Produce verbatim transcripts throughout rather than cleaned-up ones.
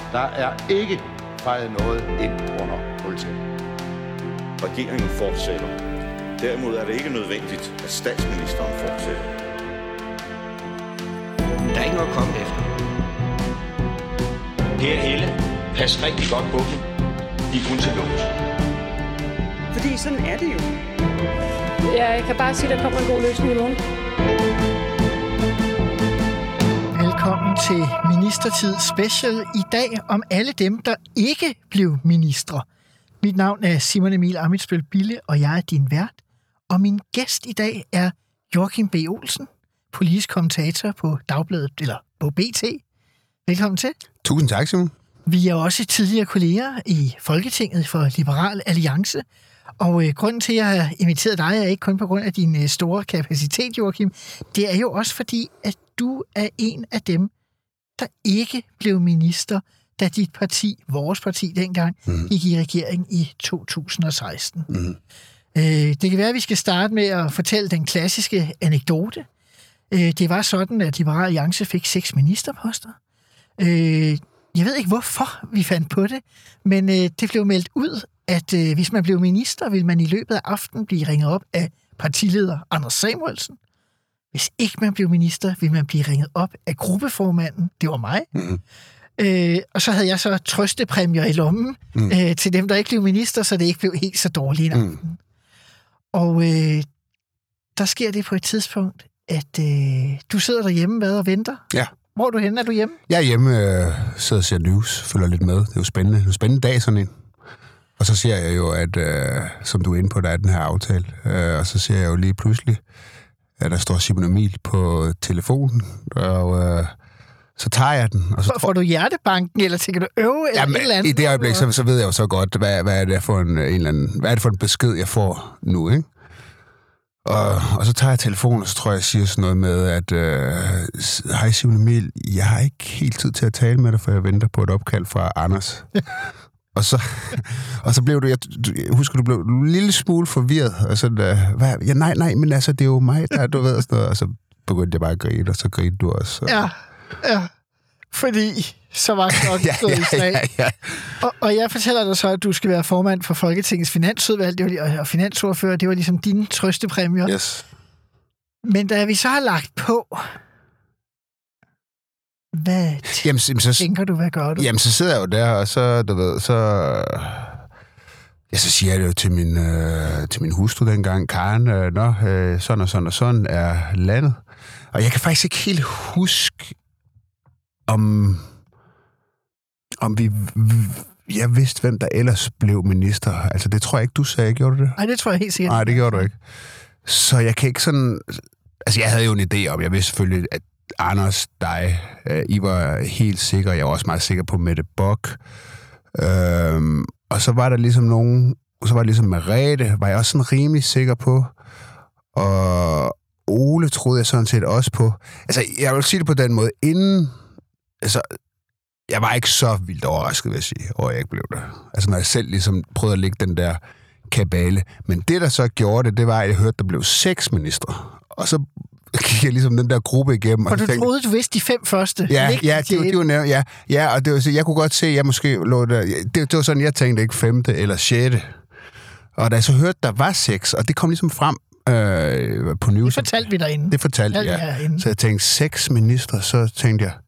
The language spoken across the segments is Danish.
Der er ikke fejret noget ind under politiet. Regeringen fortsætter. Derimod er det ikke nødvendigt, at statsministeren fortsætter. Der er ikke noget at komme efter. Per Helle, pas rigtig godt på dem. De er kun til lås. Fordi sådan er det jo. Jeg kan bare sige, at der kommer en god løsning i morgen. Velkommen til Ministertid Special i dag om alle dem, der ikke blev ministre. Mit navn er Simon Emil Ammitzbøll Bille, og jeg er din vært. Og min gæst i dag er Joachim B. Olsen, politisk kommentator på Dagbladet, eller på B T. Velkommen til. Tusind tak, Simon. Vi er også tidligere kolleger i Folketinget for Liberal Alliance. Og øh, grunden til, at jeg har inviteret dig, er ikke kun på grund af din øh, store kapacitet, Joachim. Det er jo også fordi, at du er en af dem, der ikke blev minister, da dit parti, vores parti dengang, mm. gik i regering i to tusind og seksten. Mm. Øh, det kan være, at vi skal starte med at fortælle den klassiske anekdote. Øh, det var sådan, at Liberal Alliance fik seks ministerposter. Øh, jeg ved ikke, hvorfor vi fandt på det, men øh, det blev meldt ud, at øh, hvis man blev minister, ville man i løbet af aftenen blive ringet op af partileder Anders Samuelsen. Hvis ikke man blev minister, ville man blive ringet op af gruppeformanden. Det var mig. Mm. Øh, og så havde jeg så trøstepræmier i lommen mm. øh, til dem, der ikke blev minister, så det ikke blev helt så dårligt en aften. Mm. Og øh, der sker det på et tidspunkt, at øh, du sidder derhjemme hvad, og venter. Ja. Hvor er du henne? Er du hjemme? Jeg er hjemme, øh, sidder og ser news, følger lidt med. Det er jo spændende. Det er jo spændende dag, sådan en. Og så ser jeg jo, at øh, som du er inde på, der er den her aftale. Øh, og så ser jeg jo lige pludselig, at der står Simon Emil på telefonen. Og øh, så tager jeg den. Og så får du hjertebanken, eller tænker du øve, eller jamen, et eller andet? I det øjeblik, så, så ved jeg jo så godt, hvad, hvad, er det for en, en eller anden, hvad er det for en besked, jeg får nu, ikke? Og, og så tager jeg telefonen, og så tror jeg, jeg siger sådan noget med, at øh, hej Simon Emil, jeg har ikke helt tid til at tale med dig, for jeg venter på et opkald fra Anders. Og så, og så blev du, jeg, jeg husker, du blev en lille smule forvirret, og så, uh, hvad, ja, nej, nej, men altså, det er jo mig, der, du ved, og sådan noget, og så begyndte jeg bare at grine, og så grinede du også. Og... Ja, ja, fordi så var klokken ja, slået ja, i slag. ja, ja. Og, og jeg fortæller dig så, at du skal være formand for Folketingets finansudvalg, det var, og finansordfører, det var ligesom dine trøstepræmier. Yes. Men da vi så har lagt på, hvad jamen, så, tænker du, hvad gør du? Jamen, så sidder jeg jo der, og så, du ved, så... Ja, så siger jeg det jo til min, øh, til min hustru dengang, Karen, øh, nå, øh, sådan og sådan og sådan er landet. Og jeg kan faktisk ikke helt huske, om, om vi... Jeg vidste, hvem der ellers blev minister. Altså, det tror jeg ikke, du sagde. Gjorde du det? Nej, det tror jeg helt sikkert. Nej, det gjorde du ikke. Så jeg kan ikke sådan... Altså, jeg havde jo en idé om, jeg vidste selvfølgelig, at Anders, dig, øh, I var helt sikre. Jeg var også meget sikker på Mette Bock. Øhm, og så var der ligesom nogen... Så var det ligesom Merete, var jeg også sådan rimelig sikker på. Og Ole troede jeg sådan set også på. Altså, jeg vil sige det på den måde. Inden... Altså, jeg var ikke så vildt overrasket, vil jeg sige, over jeg ikke blev det. Altså, når jeg selv ligesom prøvede at lægge den der kabale. Men det, der så gjorde det, det var, at jeg hørte, der blev seks ministre. Og så gik jeg ligesom den der gruppe igennem. Og, og du tænkte, troede, du vidste de fem første? Ja, ja, de, de var nævnt, ja, ja, og det var så, jeg kunne godt se, at jeg måske lå der. Det, det var sådan, jeg tænkte ikke femte eller sjette. Og da jeg så hørte, der var seks, og det kom ligesom frem øh, på news. Det fortalte vi derinde. Det fortalte jeg, ja. Så jeg tænkte, seks ministre, så tænkte jeg,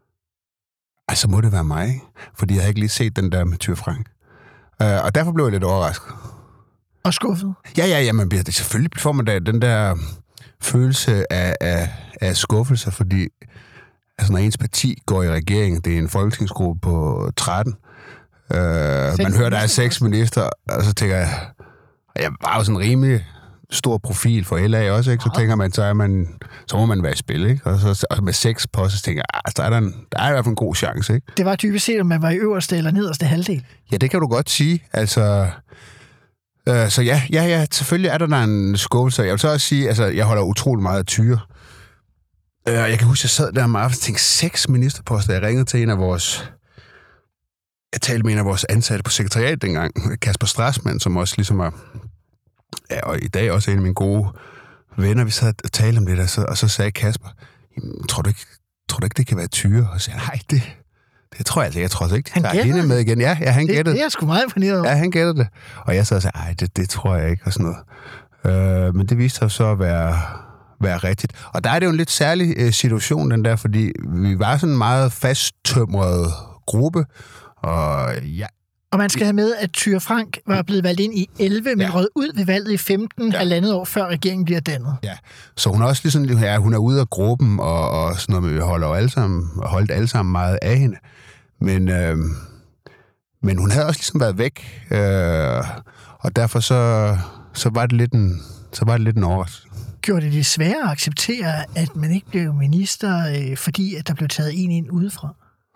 ej, så må det være mig, fordi jeg havde ikke lige set den der med Thyra Frank. Øh, og derfor blev jeg lidt overrasket. Og skuffet? Ja, ja, ja, man bliver det selvfølgelig får man da den der følelse af, af, af skuffelse, fordi altså, når ens parti går i regering, det er en folketingsgruppe på tretten, øh, man hører, der er seks minister, og så tænker jeg, jeg var jo sådan en rimelig stor profil for L A også, ikke? Så ja. tænker man, så er man, så må man være i spil, ikke? Og så og med seks på, så tænker jeg, altså, der, er der, en, der er i hvert fald en god chance, ikke? Det var typisk set, om man var i øverste eller nederste halvdel. Ja, det kan du godt sige, altså... Øh, så ja, ja, ja, selvfølgelig er der, der en skuffelse. Jeg vil så også sige, altså, jeg holder utrolig meget af Thyra. Øh, jeg kan huske, jeg sad der om aftenen og tænkte, seks ministerposter. Jeg ringede til en af vores... Jeg talte med en af vores ansatte på sekretariat dengang, Kasper Strassmann, som også ligesom var... Ja, og i dag også en af mine gode venner. Vi sad og talte om det der, og så sagde Kasper, tror du ikke, tror du ikke det kan være Thyra? Og så sagde jeg, nej, det, Det tror jeg altså. Jeg tror også ikke, de Han tager gætter hende med igen. Ja, ja han Det, gættede. det er jeg sgu meget imponeret over. Ja, han gættede det. Og jeg sad og sagde, ej, det, det tror jeg ikke, og sådan noget. Øh, men det viste sig så at være, være rigtigt. Og der er det jo en lidt særlig øh, situation, den der, fordi vi var sådan en meget fasttømret gruppe, og ja, Og man skal have med, at Thyra Frank var blevet valgt ind i elleve, men Ja. rød ud ved valget i femten, ja. halvandet år før regeringen bliver dannet. ja. Så hun er også ligesom, ja, hun er ude af gruppen, og, og sådan noget, men vi holder jo alle sammen, holdt alle sammen meget af hende. Men, øh, men hun havde også ligesom været væk, øh, og derfor så, så var det lidt en, så var det lidt en overraskelse. Gjorde det det sværere at acceptere, at man ikke blev minister, øh, fordi at der blev taget en ind udefra?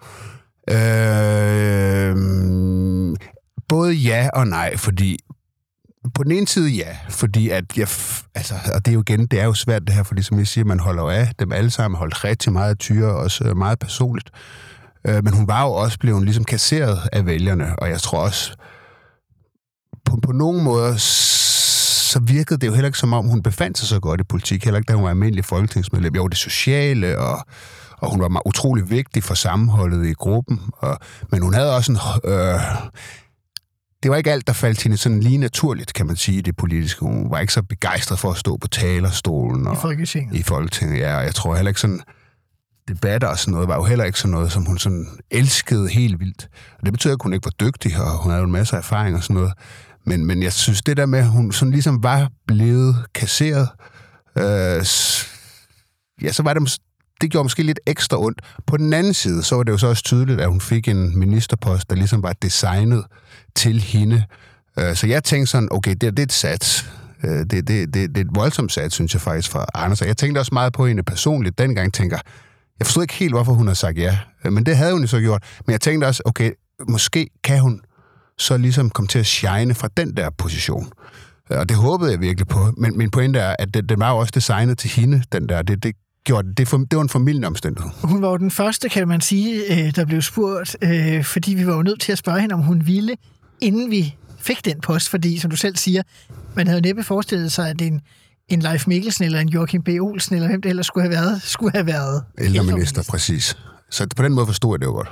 Øh, både ja og nej, fordi på den ene side ja, fordi at jeg, altså, og det er jo igen, det er jo svært det her, fordi som jeg siger, man holder jo af dem alle sammen, holdt rigtig meget af Thyra, også meget personligt. Øh, men hun var jo også blevet ligesom kasseret af vælgerne, og jeg tror også, på, på nogle måder, så virkede det jo heller ikke som om, hun befandt sig så godt i politik, heller ikke da hun var almindelig folketingsmedlem. Jo, det sociale, og, og hun var meget, utrolig vigtig for sammenholdet i gruppen, og, men hun havde også en... Øh, det var ikke alt, der faldt hende sådan lige naturligt, kan man sige, det politiske. Hun var ikke så begejstret for at stå på talerstolen. Og, I Folketinget. I Folketinget, ja, og jeg tror heller ikke sådan... debatter og sådan noget, var jo heller ikke sådan noget, som hun sådan elskede helt vildt. Og det betyder ikke, at hun ikke var dygtig, og hun havde jo en masse erfaring og sådan noget. Men, men jeg synes, det der med, at hun sådan ligesom var blevet kasseret, øh, ja, så var det, det gjorde måske lidt ekstra ondt. På den anden side, så var det jo så også tydeligt, at hun fik en ministerpost, der ligesom var designet til hende. Øh, så jeg tænkte sådan, okay, det, det er et sats. Det, det, det, det er et voldsomt sats, synes jeg faktisk, fra Anders. Og jeg tænkte også meget på hende personligt dengang, tænker, jeg forstod ikke helt, hvorfor hun har sagt ja. Men det havde hun jo så gjort. Men jeg tænkte også, okay, måske kan hun så ligesom komme til at shine fra den der position. Og det håbede jeg virkelig på. Men min pointe er, at det, det var jo også designet til hende, den der. Det, det, gjorde, det, for, det var en formildende omstændighed. Hun var jo den første, kan man sige, der blev spurgt, øh, fordi vi var jo nødt til at spørge hende, om hun ville, inden vi fik den post. Fordi, som du selv siger, man havde næppe forestillet sig, at en en Leif Mikkelsen eller en Joachim B. Olsen, eller hvem det ellers skulle have været, skulle have været ældreminister, præcis. Så på den måde forstod jeg det jo godt.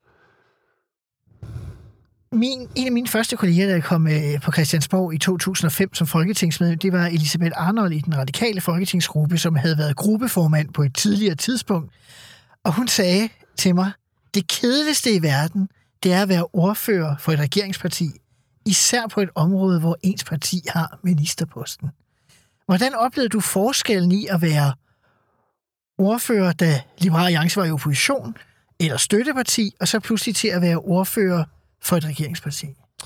Min, en af mine første kolleger, der kom øh, på Christiansborg i to tusind og fem som folketingsmedlem, det var Elisabeth Arnold i den radikale folketingsgruppe, som havde været gruppeformand på et tidligere tidspunkt. Og hun sagde til mig, det kedeligste i verden, det er at være ordfører for et regeringsparti, især på et område, hvor ens parti har ministerposten. Hvordan oplevede du forskellen i at være ordfører, da Liberal Alliance var i opposition, eller støtteparti, og så pludselig til at være ordfører for et regeringsparti?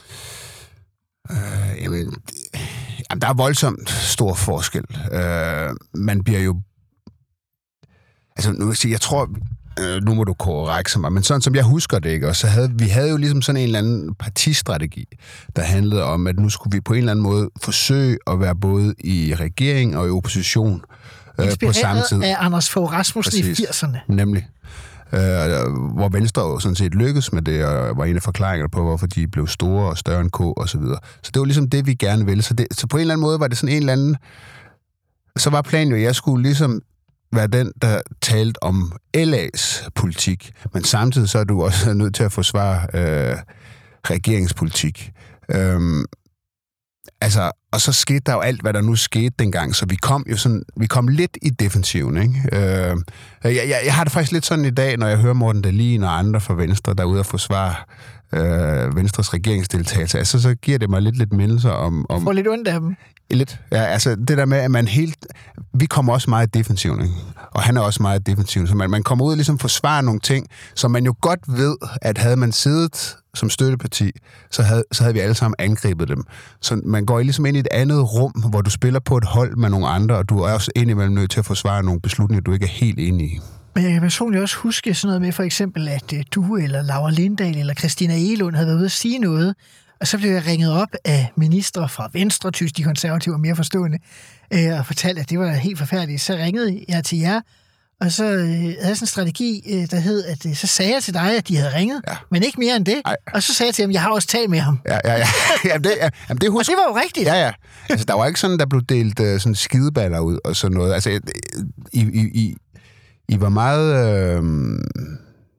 Øh, jamen, jamen, der er voldsomt stor forskel. Øh, man bliver jo... Altså, nu vil jeg sige, jeg tror... Øh, nu må du korrekte mig, men sådan som jeg husker det, ikke? Og så havde vi havde jo ligesom sådan en eller anden partistrategi, der handlede om, at nu skulle vi på en eller anden måde forsøge at være både i regering og i opposition øh, på samme tid. Af Anders Fogh Rasmussen Præcis. i firserne. Nemlig. Øh, hvor Venstre jo sådan set lykkedes med det, og var en af forklaringerne på, hvorfor de blev store og større end K, og så videre. Så det var ligesom det, vi gerne ville. Så, det, så på en eller anden måde var det sådan en eller anden... Så var planen jo, at jeg skulle ligesom være den, der talte om L A's politik, men samtidig så er du også nødt til at forsvare øh, regeringspolitik. Øhm, altså, og så skete der jo alt, hvad der nu skete dengang, så vi kom jo sådan, vi kom lidt i defensiven, ikke? Øh, jeg, jeg, jeg har det faktisk lidt sådan i dag, når jeg hører Morten Dahlin og andre fra Venstre, der er ude at forsvare øh, Venstres regeringsdeltagelse, altså så giver det mig lidt lidt mindelser om... om Får lidt ondt af dem. Lidt. Ja, altså det der med, at man helt... Vi kommer også meget defensivt, ikke? Og han er også meget defensiv, så man, man kommer ud og ligesom forsvarer nogle ting, som man jo godt ved, at havde man siddet som støtteparti, så havde, så havde vi alle sammen angrebet dem. Så man går ligesom ind i et andet rum, hvor du spiller på et hold med nogle andre, og du er også indimellem nødt til at forsvare nogle beslutninger, du ikke er helt enig i. Men jeg kan personligt også huske sådan noget med, for eksempel, at du eller Laura Lindahl eller Christina Egelund havde været ude at sige noget, og så blev jeg ringet op af ministre fra Venstre, tysk, de konservative og mere forstående, øh, og fortalte, at det var helt forfærdeligt. Så ringede jeg til jer, og så øh, havde jeg sådan en strategi, øh, der hed, at øh, så sagde jeg til dig, at de havde ringet, ja. men ikke mere end det. Ej. Og så sagde jeg til ham, at jeg har også talt med ham. Ja, ja, ja. Jamen, det, ja. Jamen, det, husk... Og det var jo rigtigt. Ja, ja. Altså, der var ikke sådan, der blev delt uh, sådan skideballer ud og sådan noget. Altså, I, I, I, I var meget... Øh...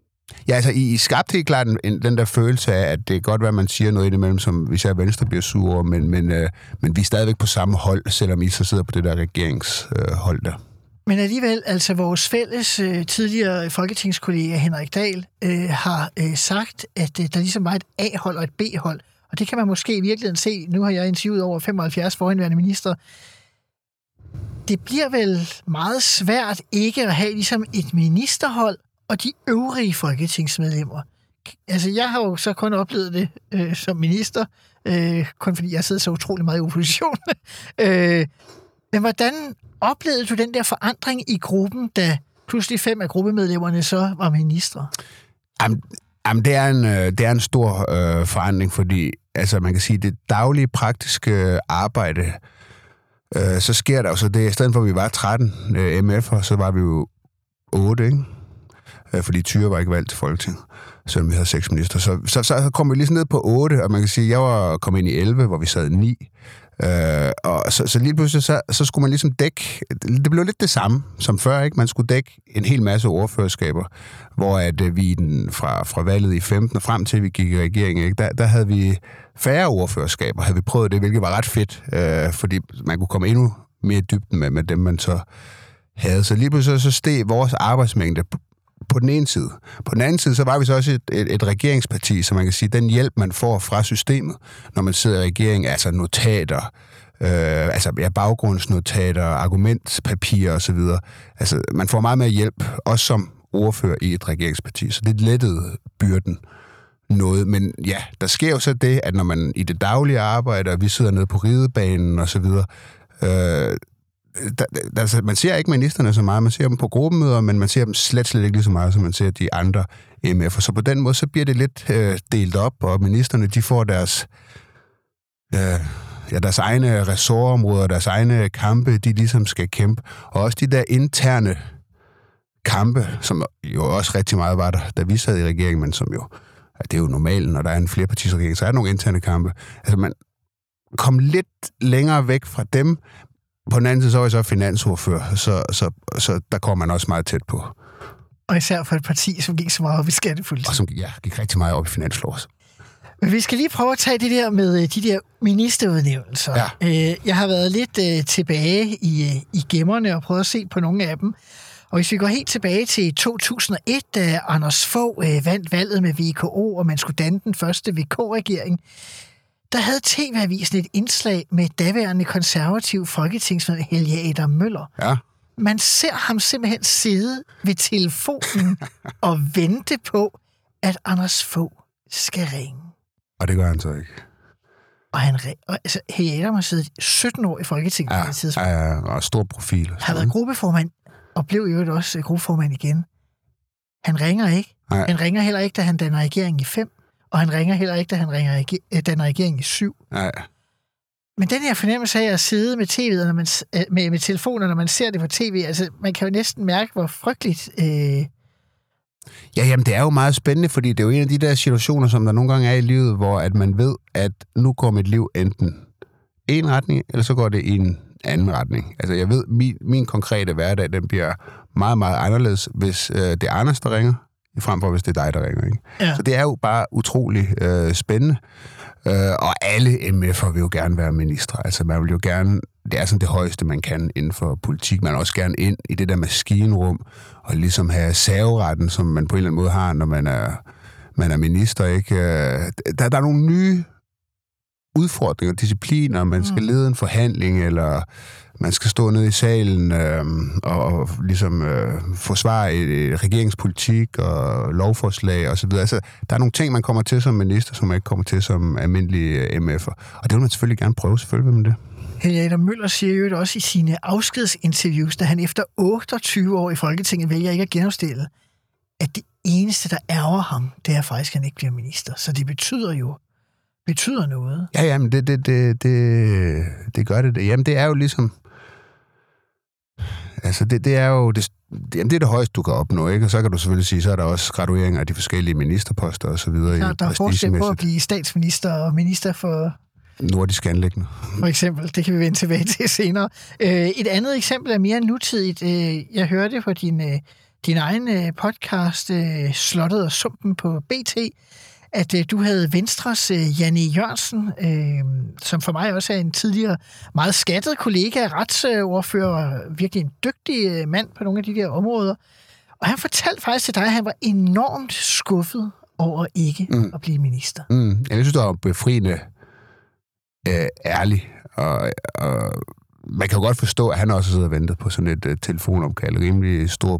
Ja, altså, I, I skabte helt klart en, den der følelse af, at det kan godt være, at man siger noget indimellem, som især Venstre bliver sure, men, men, øh, men vi er stadigvæk på samme hold, selvom I så sidder på det der regeringshold øh, der. Men alligevel, altså vores fælles øh, tidligere folketingskollega Henrik Dahl øh, har øh, sagt, at øh, der ligesom var et A-hold og et B-hold. Og det kan man måske i virkeligheden se. Nu har jeg interviewet over femoghalvfjerds forhenværende ministre. Det bliver vel meget svært ikke at have ligesom et ministerhold og de øvrige folketingsmedlemmer. Altså, jeg har jo så kun oplevet det øh, som minister, øh, kun fordi jeg sidder så utrolig meget i opposition. øh, men hvordan oplevede du den der forandring i gruppen, da pludselig fem af gruppemedlemmerne så var ministre? Jamen, jamen det, er en, det er en stor øh, forandring, fordi altså, man kan sige, det daglige praktiske arbejde, øh, så sker der jo så det, i stedet for at vi var tretten øh, M F'er, så var vi jo otte, ikke? Øh, fordi Thyre var ikke valgt til Folketinget, selvom vi havde seks minister. Så, så, så kom vi lige ned på otte, og man kan sige, at jeg var kommet ind i elleve, hvor vi sad ni. Øh, og så, så lige pludselig, så, så skulle man ligesom dække, det blev lidt det samme som før, ikke? Man skulle dække en hel masse ordførerskaber, hvor at øh, vi den, fra, fra valget i femten og frem til, vi gik i regering, ikke? Der, der havde vi færre ordførerskaber, havde vi prøvet det, hvilket var ret fedt, øh, fordi man kunne komme endnu mere i dybden med, med dem, man så havde. Så lige pludselig så steg vores arbejdsmængde på den ene side. På den anden side, så var vi så også et, et, et regeringsparti, så man kan sige, den hjælp, man får fra systemet, når man sidder i regering, altså notater, øh, altså ja, baggrundsnotater, argumentpapirer osv., altså man får meget mere hjælp, også som ordfører i et regeringsparti, så det lettede byrden noget. Men ja, der sker jo så det, at når man i det daglige arbejde, og vi sidder nede på ridebanen osv., øh, Der, der, man ser ikke ministerne så meget, man ser dem på gruppemøder, men man ser dem slet, slet ikke lige så meget, som man ser de andre M F'er. Så på den måde, så bliver det lidt øh, delt op, og ministerne, de får deres, øh, ja, deres egne ressortområder, deres egne kampe, de ligesom skal kæmpe. Og også de der interne kampe, som jo også rigtig meget var der, da vi sad i regeringen, men som jo, ja, det er jo normalt, når der er en flerpartisregering, så er der nogle interne kampe. Altså man kom lidt længere væk fra dem. På den anden side, så var jeg så finansordfører, så, så, så der kom man også meget tæt på. Og især for et parti, som gik så meget op i skattepolitik. Og som ja, gik rigtig meget op i finanslov. Men vi skal lige prøve at tage det der med de der ministerudnævnelser. Ja. Jeg har været lidt tilbage i, i gemmerne og prøvet at se på nogle af dem. Og hvis vi går helt tilbage til to tusind og et, da Anders Fogh vandt valget med V K O, og man skulle danne den første V K-regering, der havde T V-avisen et indslag med daværende konservativ folketingsmedlem Helge Adam Møller. Ja. Man ser ham simpelthen sidde ved telefonen og vente på, at Anders Fogh skal ringe. Og det gør han så ikke. Og han og, altså, Helge Adam har siddet sytten år i Folketinget. Ja, på ja, ja, og stor profil. Han har været gruppeformand, og blev jo også gruppeformand igen. Han ringer ikke. Nej. Han ringer heller ikke, da han danner regering i fem. Og han ringer heller ikke, da han ringer danner regering i syv. Nej. Men den her fornemmelse af at sidde med T V'et, når man, med, med telefoner, når man ser det på tv, altså man kan jo næsten mærke, hvor frygteligt... Øh... Ja, jamen det er jo meget spændende, fordi det er jo en af de der situationer, som der nogle gange er i livet, hvor at man ved, at nu går mit liv enten en retning, eller så går det i en anden retning. Altså jeg ved, min, min konkrete hverdag, den bliver meget, meget anderledes, hvis øh, det er Anders, der ringer, frem for hvis det er dig, der ringer. Ikke? Ja. Så det er jo bare utrolig øh, spændende. Øh, og alle M F'er vil jo gerne være ministre. Altså man vil jo gerne, det er sådan det højeste, man kan inden for politik. Man vil også gerne ind i det der maskinrum, og ligesom have serveretten, som man på en eller anden måde har, når man er, man er minister. Ikke? Der, der er nogle nye udfordringer, discipliner, man skal lede en forhandling, eller man skal stå nede i salen øh, og, og ligesom øh, forsvare et, et regeringspolitik og lovforslag og så videre. Altså, der er nogle ting, man kommer til som minister, som man ikke kommer til som almindelig M F'er. Og det vil man selvfølgelig gerne prøve, selvfølgelig med det. Helge Adam Møller siger jo også i sine afskedsinterviews, da han efter otteogtyve år i Folketinget vælger ikke at genopstille, at det eneste, der ærger ham, det er faktisk, at han ikke bliver minister. Så det betyder jo betyder noget. Ja, jamen, det, det, det, det, det gør det. Jamen, det er jo ligesom... Altså, det, det er jo... Det, jamen, det er det højeste, du kan opnå, ikke? Og så kan du selvfølgelig sige, så er der også gradueringer af de forskellige ministerposter og så videre. Ja, der er forskel på at blive statsminister og minister for... Nordisk anliggende. For eksempel. Det kan vi vende tilbage til senere. Et andet eksempel er mere nutidigt. Jeg hørte på din din egen øh, podcast, øh, Slottet og Sumpen på B T, at øh, du havde Venstres øh, Jan E. Jørgensen, øh, som for mig også er en tidligere meget skattet kollega, retsordfører, virkelig en dygtig øh, mand på nogle af de der områder. Og han fortalte faktisk til dig, at han var enormt skuffet over ikke mm. at blive minister. Mm. Jeg synes, det var befriende øh, ærlig, og, og man kan jo godt forstå, at han også sidder og ventet på sådan et uh, telefonopkald, rimelig stor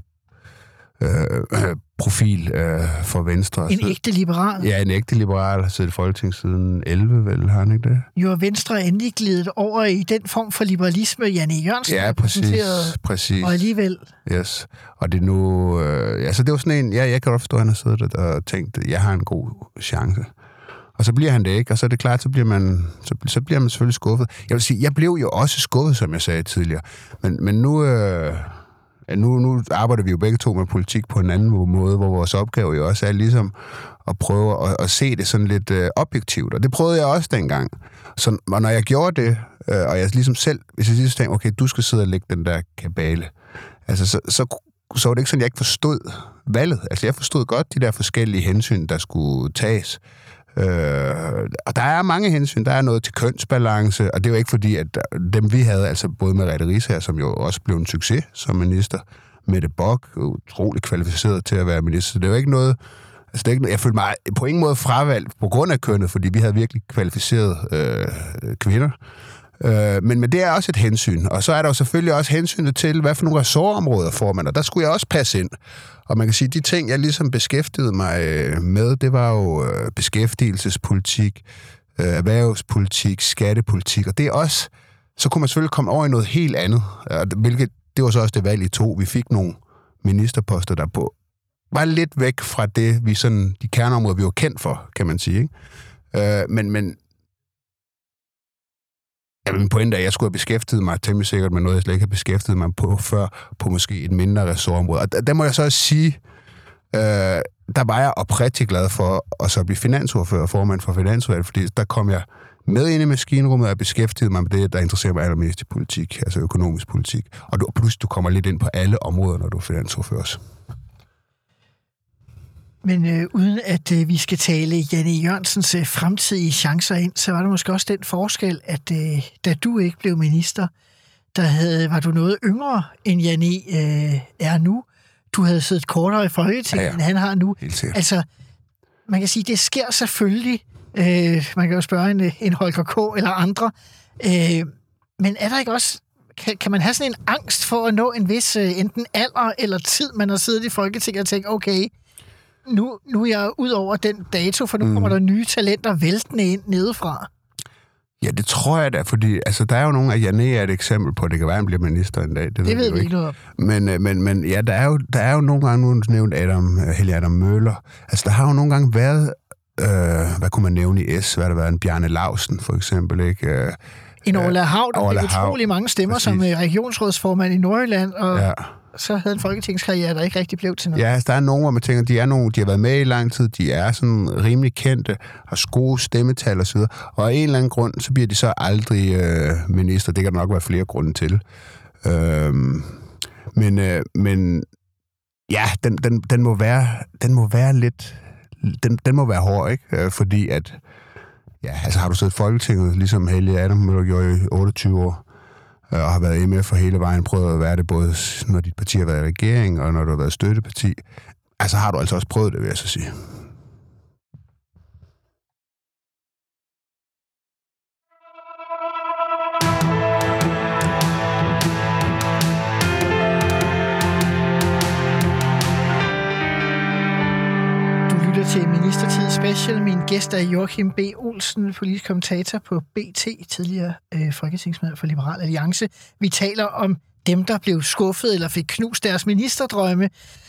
øh, profil øh, for Venstre. En ægte liberal. Ja, en ægte liberal har siddet i Folketinget siden elleve, vel, har han ikke det? Jo, Venstre er endelig glidet over i den form for liberalisme, Jan E. Jørgensen ja, præcis, præcis. Og alligevel. Yes. Og det er nu... Øh, altså, det var sådan en... Ja, jeg kan godt forstå, at han har siddet og tænkt, at jeg har en god chance. Og så bliver han det ikke, og så er det klart, så bliver man, så, så bliver man selvfølgelig skuffet. Jeg vil sige, jeg blev jo også skuffet, som jeg sagde tidligere. Men, men nu... Øh, Nu, nu arbejder vi jo begge to med politik på en anden måde, hvor vores opgave jo også er ligesom at prøve at, at se det sådan lidt øh, objektivt. Og det prøvede jeg også dengang. Så, og når jeg gjorde det, øh, og jeg ligesom selv, hvis jeg lige tænkte, okay, du skal sidde og lægge den der kabale, altså så, så, så var det ikke sådan, jeg ikke forstod valget. Altså jeg forstod godt de der forskellige hensyn, der skulle tages. Øh, og der er mange hensyn. Der er noget til kønsbalance, og det er jo ikke fordi, at dem vi havde, altså både Merete Riisager, som jo også blev en succes som minister, Mette Bock, utrolig kvalificeret til at være minister. Så det er jo ikke noget, altså det er ikke noget, jeg følte mig på ingen måde fravalgt på grund af kønnet, fordi vi havde virkelig kvalificerede øh, kvinder. Øh, men, men det er også et hensyn. Og så er der jo selvfølgelig også hensynet til, hvad for nogle ressortområder får man, og der skulle jeg også passe ind. Og man kan sige, at de ting, jeg ligesom beskæftigede mig med, det var jo beskæftigelsespolitik, erhvervspolitik, skattepolitik, og det er også, så kunne man selvfølgelig komme over i noget helt andet, hvilket, det var så også det valg i to. Vi fik nogle ministerposter, der på var lidt væk fra det, vi sådan, de kerneområder, vi var kendt for, kan man sige, ikke? Men, men ja, min pointe er, at jeg skulle have beskæftiget mig temmelig sikkert med noget, jeg slet ikke har beskæftiget mig på før, på måske et mindre ressortområde. Og der, der må jeg så også sige, øh, der var jeg oprigtigt glad for at så blive finansordfører og formand for Finansudvalget, fordi der kom jeg med ind i maskinrummet og beskæftigede mig med det, der interesserer mig allermest i politik, altså økonomisk politik. Og du, pludselig du kommer lidt ind på alle områder, når du er finansordfører også. Men øh, uden at øh, vi skal tale Jan E. Jørgensens øh, fremtidige chancer ind, så var der måske også den forskel, at øh, da du ikke blev minister, der havde, var du noget yngre end Jan E. Øh, er nu. Du havde siddet kortere i Folketinget, ja, ja. end han har nu. Altså, man kan sige, det sker selvfølgelig. Øh, man kan jo spørge en, en Holger K. eller andre. Øh, men er der ikke også... Kan, kan man have sådan en angst for at nå en vis øh, enten alder eller tid, man har siddet i Folketinget og tænkt, okay... Nu, nu er jeg ud over den dato, for nu mm. kommer der nye talenter væltende ind nedefra. Ja, det tror jeg da, fordi altså, der er jo nogle af Jan E. er et eksempel på, at det kan være, han bliver minister en dag. Det, det ved, ved vi ikke noget om. Men, men, men ja, der er, jo, der er jo nogle gange, nu nævnt Adam, Helge Adam Møller, altså der har jo nogle gange været, øh, hvad kunne man nævne i S, hvad der har været, en Bjarne Lausten for eksempel, ikke? Øh, en Orla Hav, der fik utrolig mange stemmer præcis. Som regionsrådsformand i Nordjylland, og... Ja. Så havde en folketingskarriere, der ikke rigtig blev til noget. Ja, altså, der er nogen, hvor man tænker, de er nogen, de har været med i lang tid, de er sådan rimelig kendte, har gode stemmetal og så videre, og af en eller anden grund, så bliver de så aldrig øh, minister. Det kan der nok være flere grunde til. Øhm, men, øh, men ja, den, den, den, må være, den må være lidt, den, den må være hård, ikke? Øh, fordi at, ja, altså har du siddet i Folketinget, ligesom Helge Adam Møller gjorde i otteogtyve år, og har været med for hele vejen, prøvet at være det både, når dit parti har været i regering, og når du har været støtteparti. Altså har du altså også prøvet det, vil jeg så sige. Til Ministertid Special. Min gæst er Joachim B. Olsen, politisk kommentator på B T, tidligere øh, folketingsmedlem for Liberal Alliance. Vi taler om dem, der blev skuffet eller fik knust deres ministerdrømme.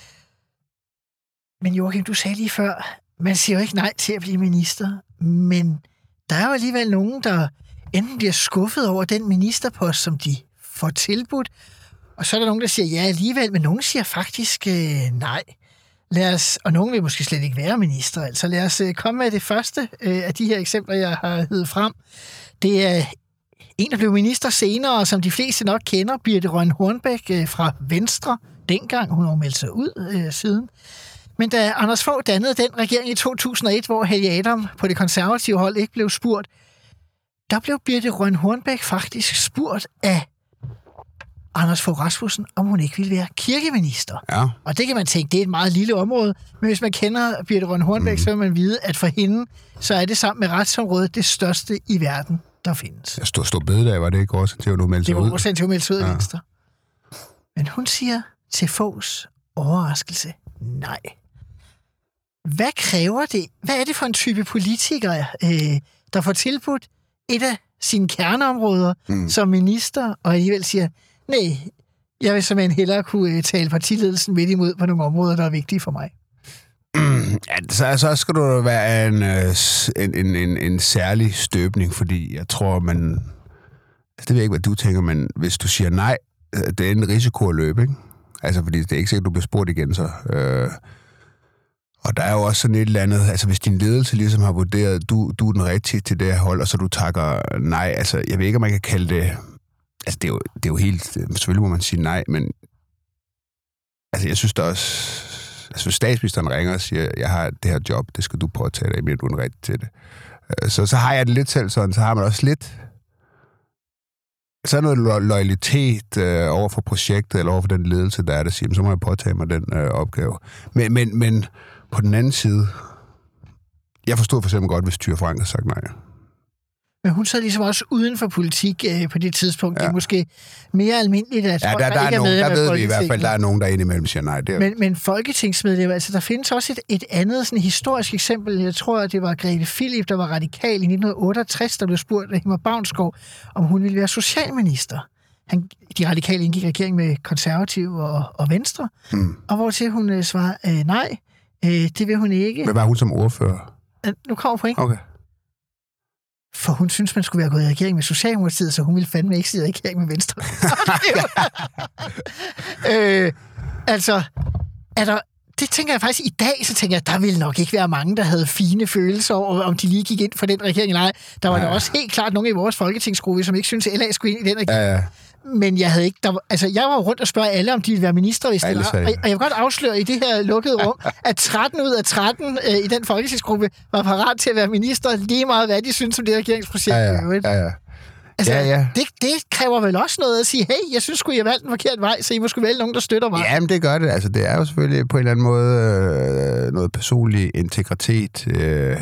Men Joachim, du sagde lige før, man siger jo ikke nej til at blive minister, men der er jo alligevel nogen, der enten bliver skuffet over den ministerpost, som de får tilbudt, og så er der nogen, der siger ja alligevel, men nogen siger faktisk øh, nej. Lad os, og nogen vil måske slet ikke være minister, altså lad os komme med det første øh, af de her eksempler, jeg har heddet frem. Det er en, der blev minister senere, som de fleste nok kender, Birthe Rønn Hornbech øh, fra Venstre, dengang. Hun har meldt sig ud øh, siden. Men da Anders Fogh dannede den regering i to tusind og et, hvor Helge Adam på det konservative hold ikke blev spurgt, der blev Birthe Rønn Hornbech faktisk spurgt af Anders Fogh Rasmussen, om hun ikke ville være kirkeminister. Ja. Og det kan man tænke, det er et meget lille område, men hvis man kender Birthe Rønn Hornbech, mm. så vil man vide, at for hende, så er det sammen med retsområdet det største i verden, der findes. Jeg stod, stod bededag, var det ikke også til at du meldte sig ud? Det var også til at melde sig ud af Venstre. Men hun siger til Foghs overraskelse, nej. Hvad kræver det? Hvad er det for en type politikere, øh, der får tilbudt et af sine kerneområder mm. som minister, og alligevel siger, nej, jeg vil simpelthen hellere kunne tale partiledelsen midt imod på nogle områder, der er vigtige for mig. Ja, så, så skal du være en, en, en, en, en særlig støbning, fordi jeg tror, man... Altså, det ved jeg ikke, hvad du tænker, men hvis du siger nej, det er en risiko at løbe, ikke? Altså, fordi det er ikke sikkert, du bliver spurgt igen, så... Øh, og der er jo også sådan et eller andet... Altså, hvis din ledelse ligesom har vurderet, du, du er den rigtige til det her hold, og så du takker nej, altså, jeg ved ikke, om man kan kalde det... Altså, det er jo, det er jo helt... Selvfølgelig må man sige nej, men... Altså, jeg synes da også... Altså, hvis statsministeren ringer og siger, jeg har det her job, det skal du påtage dig, men du er den rigtig til det. Så, så har jeg det lidt selv sådan, så har man også lidt... Så er noget lo- loyalitet øh, over for projektet, eller over for den ledelse, der er, der siger, så må jeg påtage mig den øh, opgave. Men, men, men på den anden side... Jeg forstod for eksempel godt, hvis Thyra Frank havde sagt nej. Men hun sad ligesom også uden for politik øh, på det tidspunkt. Ja. Det er måske mere almindeligt, at ja, folk, der, der, der ikke er er medlem nogen, der af ved vi i hvert fald, der er nogen, der indimellem siger nej. Det er... men, men folketingsmedlemmer, altså der findes også et, et andet sådan historisk eksempel. Jeg tror, at det var Grete Philip, der var radikal i nitten otteogtres, der blev spurgt af Hilmar Bavnsgaard, om hun ville være socialminister. Han, de radikale indgik regering med konservative og, og venstre, hmm. og hvor til hun øh, svarede, øh, nej, øh, det vil hun ikke. Men var hun som ordfører? Øh, nu kommer point. Okay. For hun synes, man skulle være gået i regering med Socialdemokratiet, så hun ville fandme ikke sidde i regering med Venstre. øh, altså, er der, det tænker jeg faktisk i dag, så tænker jeg, der ville nok ikke være mange, der havde fine følelser over, om de lige gik ind for den regering eller ej. Der var ja. der også helt klart nogle i vores folketingsgruppe, som ikke syntes, at L A skulle ind i den regering. Ja, ja. Men jeg havde ikke... Der var, altså, jeg var rundt og spørge alle, om de ville være minister, hvis det var. Og, og jeg vil godt afsløre i det her lukkede rum, at tretten ud af tretten øh, i den folketingsgruppe var parat til at være minister, lige meget hvad de synes om det regeringsprojekt. Ja, ja. ja, ja. Altså, ja, ja. Det, det kræver vel også noget at sige, hey, jeg synes sgu, I har valgt en forkert vej, så I må sgu vælge nogen, der støtter mig. Jamen, det gør det. Altså, det er jo selvfølgelig på en eller anden måde øh, noget personlig integritet, øh,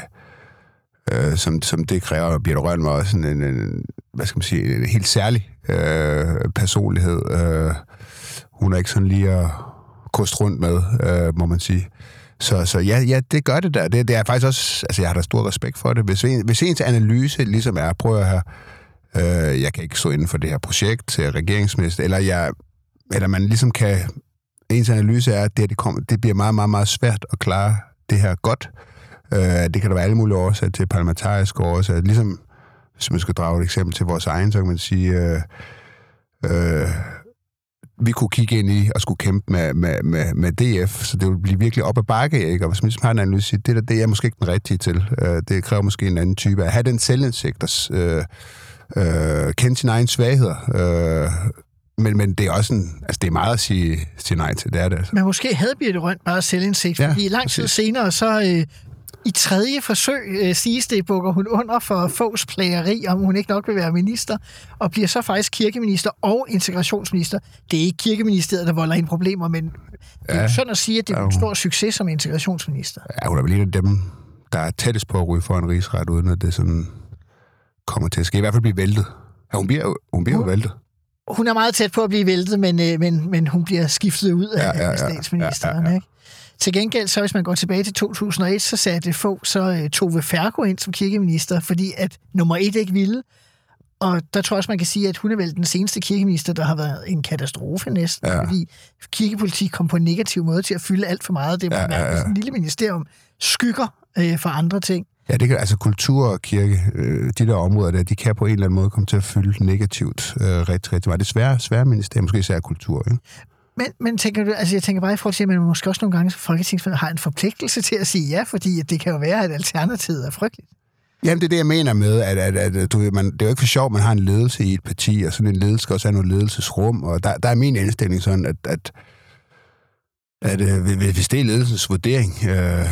øh, som, som det kræver. Birthe Rønn var også en, en, en, hvad skal man sige, en helt særlig øh, personlighed. Øh, hun er ikke sådan lige at koste rundt med, øh, må man sige. Så, så ja, ja, det gør det der. Det, det er faktisk også, altså jeg har da stor respekt for det. Hvis, en, hvis ens analyse ligesom er, prøv at høre, øh, jeg kan ikke stå inden for det her projekt til regeringsminister, eller, jeg, eller man ligesom kan, ens analyse er, at det, det, kommer, det bliver meget, meget, meget svært at klare det her godt. Øh, det kan der være alle mulige årsager til, parlamentariske årsager. Ligesom, hvis man skal drage et eksempel til vores egen, så kan man sige, øh, øh, vi kunne kigge ind i og skulle kæmpe med, med, med, med D F, så det ville blive virkelig op ad bakke, ikke? Og hvis man ligesom har en analyse, det der, det er jeg måske ikke den rigtige til. Øh, det kræver måske en anden type. At have den selvindsigt, og øh, øh, kende sine egne svagheder. Øh, men, men det er også en, altså det er meget at sige, sige nej til, det er det. Altså. Men måske havde Birthe Rønn bare selvindsigt, ja, fordi lang tid senere, så øh, i tredje forsøg, øh, siges det, bukker hun under for Foghs plageri, om hun ikke nok vil være minister, og bliver så faktisk kirkeminister og integrationsminister. Det er ikke kirkeministeriet, der volder ind problemer, men det er ja, jo sådan at sige, at det er en stor succes som integrationsminister. Ja, hun er vel en af dem, der er tættest på at ryge for en rigsret, uden at det sådan kommer til at ske. I hvert fald blive væltet. Ja, hun bliver, hun bliver hun, jo væltet. Hun er meget tæt på at blive væltet, men, øh, men, men hun bliver skiftet ud af, ja, ja, ja, statsministeren, ja, ja, ja. Ikke? Til gengæld, så hvis man går tilbage til to tusind og et, så satte Fogh så uh, Tove Ferko ind som kirkeminister, fordi at nummer et ikke ville. Og der tror jeg også, man kan sige, at hun er vel den seneste kirkeminister, der har været en katastrofe næsten, ja. Fordi kirkepolitik kom på en negativ måde til at fylde alt for meget. Det var ja, ja, ja. En lille ministerium skygger øh, for andre ting. Ja, det kan, altså kultur og kirke, øh, de der områder der, de kan på en eller anden måde komme til at fylde negativt øh, rigtig, rigtig meget. Det er svære, svære ministerium, måske især kultur, ikke? Men, men tænker du, altså jeg tænker bare i forhold til, at man måske også nogle gange som folketingsmedlem har en forpligtelse til at sige ja, fordi at det kan jo være, at alternativet er frygteligt. Jamen, det er det, jeg mener med, at, at, at du, man, det er jo ikke for sjovt, man har en ledelse i et parti, og sådan en ledelse skal også have noget ledelsesrum, og der, der er min indstilling sådan, at, at at øh, hvis det er ledelsens vurdering, øh,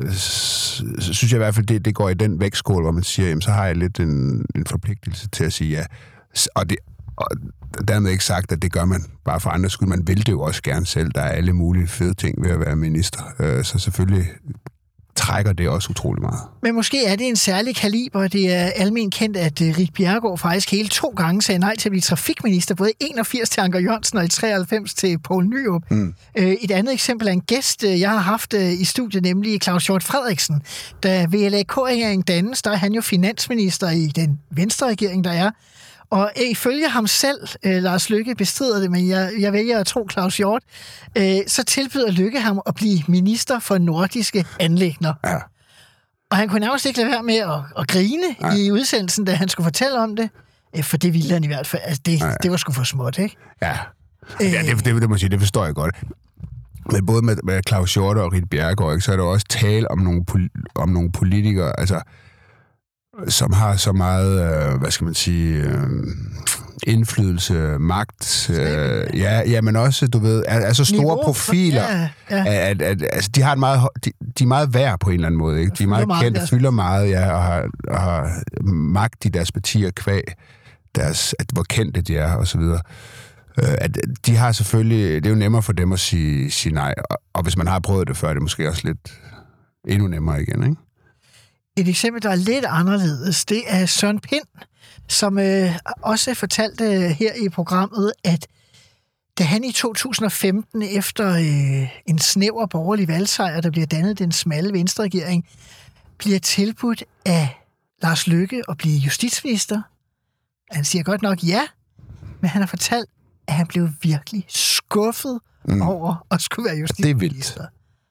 så, så synes jeg i hvert fald, det, det går i den vægtskål, hvor man siger, jamen, så har jeg lidt en, en forpligtelse til at sige ja. Og, det, og dermed ikke sagt, at det gør man bare for andres skyld. Man vil det jo også gerne selv. Der er alle mulige fede ting ved at være minister. Øh, så selvfølgelig trækker det også utrolig meget. Men måske er det en særlig kaliber. Det er almen kendt, at Ritt Bjerregaard faktisk hele to gange sagde nej til at blive trafikminister, både i enogfirs til Anker Jørgensen og i treoghalvfems til Poul Nyrup. Mm. Et andet eksempel er en gæst, jeg har haft i studiet, nemlig Claus Hjort Frederiksen. Da V L A K-regeringen dannes, der er han jo finansminister i den venstre regering, der er. Og ifølge ham selv, øh, Lars Løkke bestrider det, men jeg, jeg vælger at tro Claus Hjort, øh, så tilbyder Løkke ham at blive minister for nordiske anliggender. Ja. Og han kunne nærmest ikke lade være med at, at grine ja. i udsendelsen, da han skulle fortælle om det. Øh, for det ville han i hvert fald. Altså, det, ja. det var sgu for småt, ikke? Ja, øh, ja det, det, det må sige, det forstår jeg godt. Men både med, med Claus Hjort og Ritt Bjerregaard, ikke, så er der også tale om nogle, om nogle politikere, altså som har så meget, øh, hvad skal man sige, øh, indflydelse, magt, øh, ja, ja, men også, du ved, er, er så store niveau, profiler, ja, ja. At, at, at altså, de har et meget, de, de er meget værd på en eller anden måde, ikke? De er meget, meget kendte, fylder meget, ja, og har, og har magt i deres partier kvæg, deres, at, hvor kendte de er, og så videre. Øh, at de har selvfølgelig, det er jo nemmere for dem at sige, sige nej, og, og hvis man har prøvet det før, er det måske også lidt endnu nemmere igen, ikke? Et eksempel, der er lidt anderledes, det er Søren Pind, som øh, også fortalte her i programmet, at da han i to tusind og femten, efter øh, en snæver borgerlig valgsejr, der bliver dannet den smalle venstreregering, bliver tilbudt af Lars Løkke at blive justitsminister. Han siger godt nok ja, men han har fortalt, at han blev virkelig skuffet mm. over at skulle være justitsminister.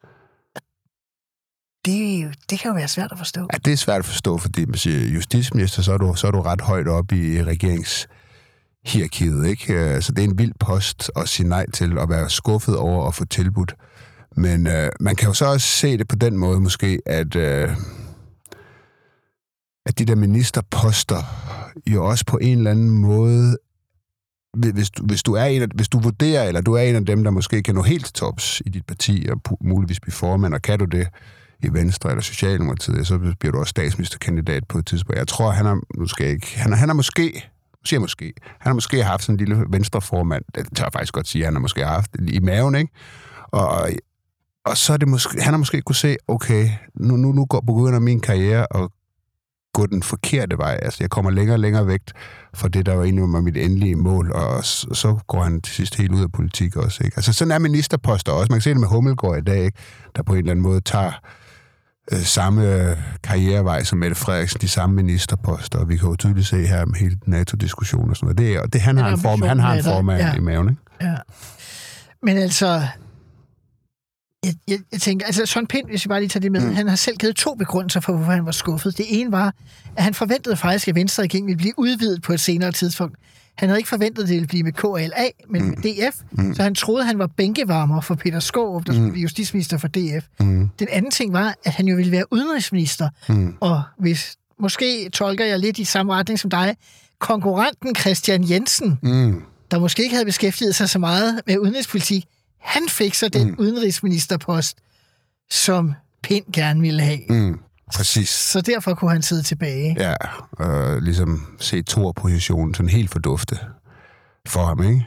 Det, det kan jo være svært at forstå. Ja, det er svært at forstå, fordi man siger justitsminister, så er du, så er du ret højt op i regeringshierarkiet, ikke? Så det er en vild post at sige nej til, at være skuffet over at få tilbudt. Men øh, man kan jo så også se det på den måde måske, at, øh, at de der ministerposter jo også på en eller anden måde, hvis du, hvis du er en af, hvis du vurderer, eller du er en af dem, der måske kan nå helt til tops i dit parti, og muligvis blive formand, og kan du det i Venstre eller Socialdemokratiet, så bliver du også statsministerkandidat på et tidspunkt. Jeg tror, han har måske ikke... Han, han har måske... siger måske. Han har måske haft sådan en lille venstreformand. Det tør jeg faktisk godt sige, at han har måske haft i maven, ikke? Og, og så er det måske... Han har måske kunne se, okay, nu, nu, nu går begynder af min karriere og gå den forkerte vej. Altså, jeg kommer længere og længere væk fra det, der var egentlig var mit endelige mål, og så, så går han til sidst helt ud af politik også, ikke? Altså, sådan er ministerposter også. Man kan se det med Hummelgaard i dag, ikke? Der på en eller anden måde tager øh, samme karrierevej som Mette Frederiksen, de samme ministerposter, og vi kan jo tydeligt se her med hele NATO-diskussionen og sådan noget. Det er, og det, han, har en form, han har en formand ja. i maven, ikke? Ja. Men altså... Jeg, jeg, jeg tænker, altså Søren Pind, hvis vi bare lige tager det med, mm. han har selv givet to begrundelser for, hvorfor han var skuffet. Det ene var, at han forventede faktisk, at Venstreregeringen ville blive udvidet på et senere tidspunkt. Han havde ikke forventet, at det ville blive med K L A, men mm. med D F, mm. så han troede, at han var bænkevarmer for Peter Skaarup, der mm. skulle blive justitsminister for D F. Mm. Den anden ting var, at han jo ville være udenrigsminister, mm. og hvis, måske tolker jeg lidt i samme retning som dig, konkurrenten Christian Jensen, mm. der måske ikke havde beskæftiget sig så meget med udenrigspolitik, han fik så den mm. udenrigsministerpost, som Pind gerne ville have. Mm, præcis. Så derfor kunne han sidde tilbage. Ja, og ligesom se Thor-positionen sådan helt fordufte for ham, ikke?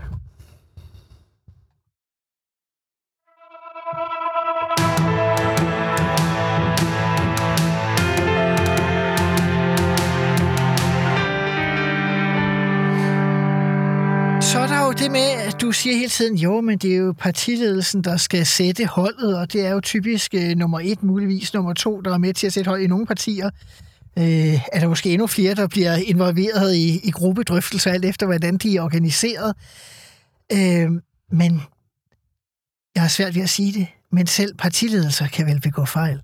Så er der jo det med, at du siger hele tiden, jo, men det er jo partiledelsen, der skal sætte holdet, og det er jo typisk uh, nummer et, muligvis nummer to, der er med til at sætte hold i nogle partier. Uh, er der måske endnu flere, der bliver involveret i, i gruppedrøftelser, alt efter hvordan de er organiseret. Uh, men jeg har svært ved at sige det, men selv partiledelser kan vel begå fejl.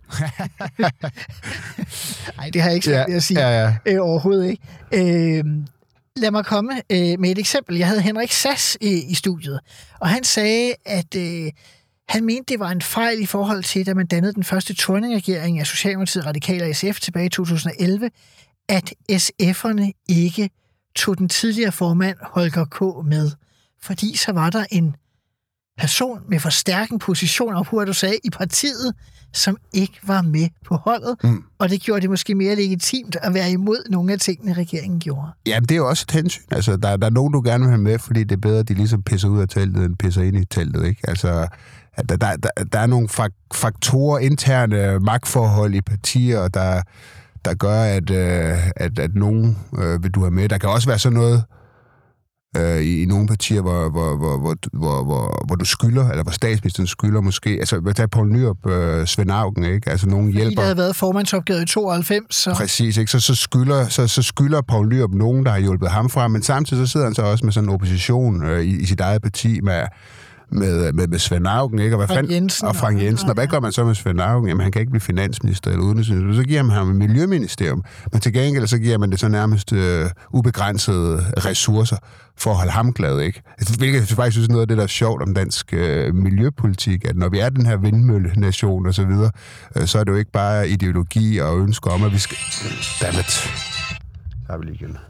Nej, det har jeg ikke svært ved at sige. Ja, ja. Uh, overhovedet ikke. Uh, Lad mig komme øh, med et eksempel. Jeg havde Henrik Sass øh, i studiet, og han sagde, at øh, han mente, det var en fejl i forhold til, da man dannede den første Thorning-regering af Socialdemokratiet, Radikale og S F tilbage i to tusind og elleve, at S F'erne ikke tog den tidligere formand Holger K. med. Fordi så var der en person med for stærk en position, og hvor du sagde, i partiet, som ikke var med på holdet, mm. og det gjorde det måske mere legitimt at være imod nogle af tingene, regeringen gjorde. Jamen, det er jo også et hensyn. Altså, der, der er nogen, du gerne vil have med, fordi det er bedre, at de ligesom pisser ud af teltet, end pisser ind i teltet, ikke? Altså, der, der, der, der er nogle faktorer, interne magtforhold i partier, der, der gør, at, at, at nogen øh, vil du have med. Der kan også være sådan noget, Øh, i, i nogle partier, hvor, hvor, hvor, hvor, hvor, hvor, hvor du skylder, eller hvor statsministeren skylder måske. Altså, hvad tager Poul Nyrup, øh, Svend Auken, ikke? Altså, nogen Fordi hjælper. der havde været formandsopgavet i tooghalvfems. Så... Præcis, ikke? Så, så, skylder, så, så skylder Poul Nyrup nogen, der har hjulpet ham fra, men samtidig så sidder han så også med sådan en opposition øh, i, i sit eget parti med, med, med, med Svend Auken, ikke? Og, hvad Frank fand, Jensen, og Frank Jensen. Og hvad gør man så med Svend Auken? Jamen, han kan ikke blive finansminister eller udenrigsminister. Så giver man ham et miljøministerium. Men til gengæld så giver man det så nærmest øh, ubegrænsede ressourcer for at holde ham glad, ikke? Hvilket jeg faktisk synes er noget af det, der er sjovt om dansk øh, miljøpolitik, at når vi er den her vindmøllenation og så videre, øh, så er det jo ikke bare ideologi og ønsker om, at vi skal... Dammit. Så har vi lige igen.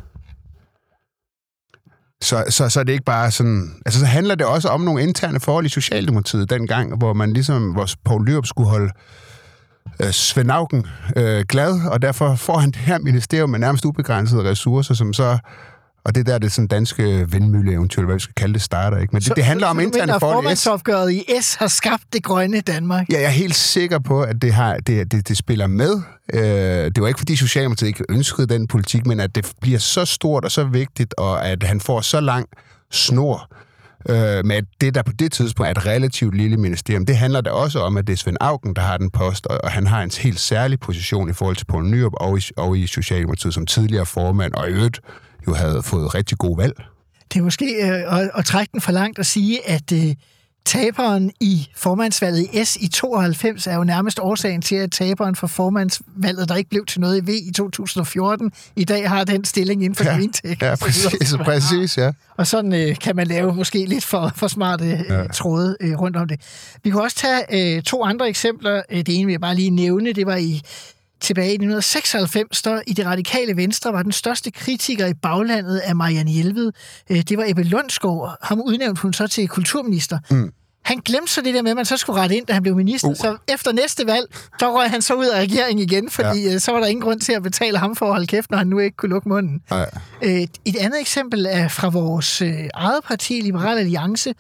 Så, så, så er det ikke bare sådan... Altså, så handler det også om nogle interne forhold i Socialdemokratiet dengang, hvor man ligesom, hvor Poul Nyrup skulle holde øh, Svend Auken øh, glad, og derfor får han det her ministerium med nærmest ubegrænsede ressourcer, som så... Og det der, det er sådan danske vindmølleeventyr, hvad vi skal kalde det, starter, ikke? Men det, så, det handler så, om så interne forhold. Formandsopgøret i S har skabt det grønne Danmark. Ja, jeg er helt sikker på, at det, har, det, det, det spiller med. Øh, det var ikke, fordi Socialdemokratiet ikke ønskede den politik, men at det bliver så stort og så vigtigt, og at han får så lang snor øh, med det, der på det tidspunkt er et relativt lille ministerium. Det handler da også om, at det er Svend Auken, der har den post, og, og han har en helt særlig position i forhold til Poul Nyrup og i, og i Socialdemokratiet som tidligere formand, og i øvrigt jo havde fået rigtig god valg. Det er måske øh, at, at trække den for langt at sige, at øh, taberen i formandsvalget i S i tooghalvfems er jo nærmest årsagen til, at taberen for formandsvalget, der ikke blev til noget i V i to tusind og fjorten, i dag har den stilling inden for ja, Greentech. Ja, præcis, præcis, ja. Og sådan øh, kan man lave måske lidt for, for smarte øh, ja. tråde øh, rundt om det. Vi kan også tage øh, to andre eksempler. Det ene vil jeg bare lige nævne, det var i tilbage i nitten seksoghalvfems, der i det radikale Venstre var den største kritiker i baglandet af Marianne Jelved. Det var Ebbe Lundsgaard. Ham udnævnte hun så til kulturminister. Mm. Han glemte så det der med, at man så skulle rette ind, da han blev minister. Uh. Så efter næste valg, der røg han så ud af regeringen igen, fordi ja. så var der ingen grund til at betale ham for at holde kæft, når han nu ikke kunne lukke munden. Ja. Et andet eksempel er fra vores eget parti, Liberal Alliance.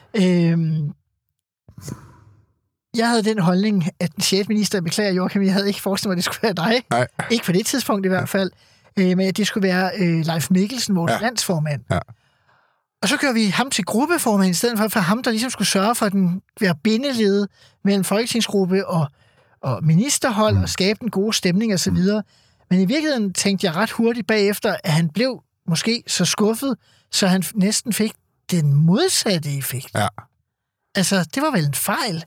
Jeg havde den holdning, at den sjette minister, beklager Joachim, jeg havde ikke forestillet mig, at det skulle være dig. Nej. Ikke på det tidspunkt i hvert fald. Øh, men at det skulle være øh, Leif Mikkelsen, vores ja. landsformand. Ja. Og så gør vi ham til gruppeformand, i stedet for, for ham, der ligesom skulle sørge for at den være bindeled mellem folketingsgruppe og, og ministerhold, mm. og skabe den gode stemning osv. Mm. Men i virkeligheden tænkte jeg ret hurtigt bagefter, at han blev måske så skuffet, så han næsten fik den modsatte effekt. Ja. Altså, det var vel en fejl?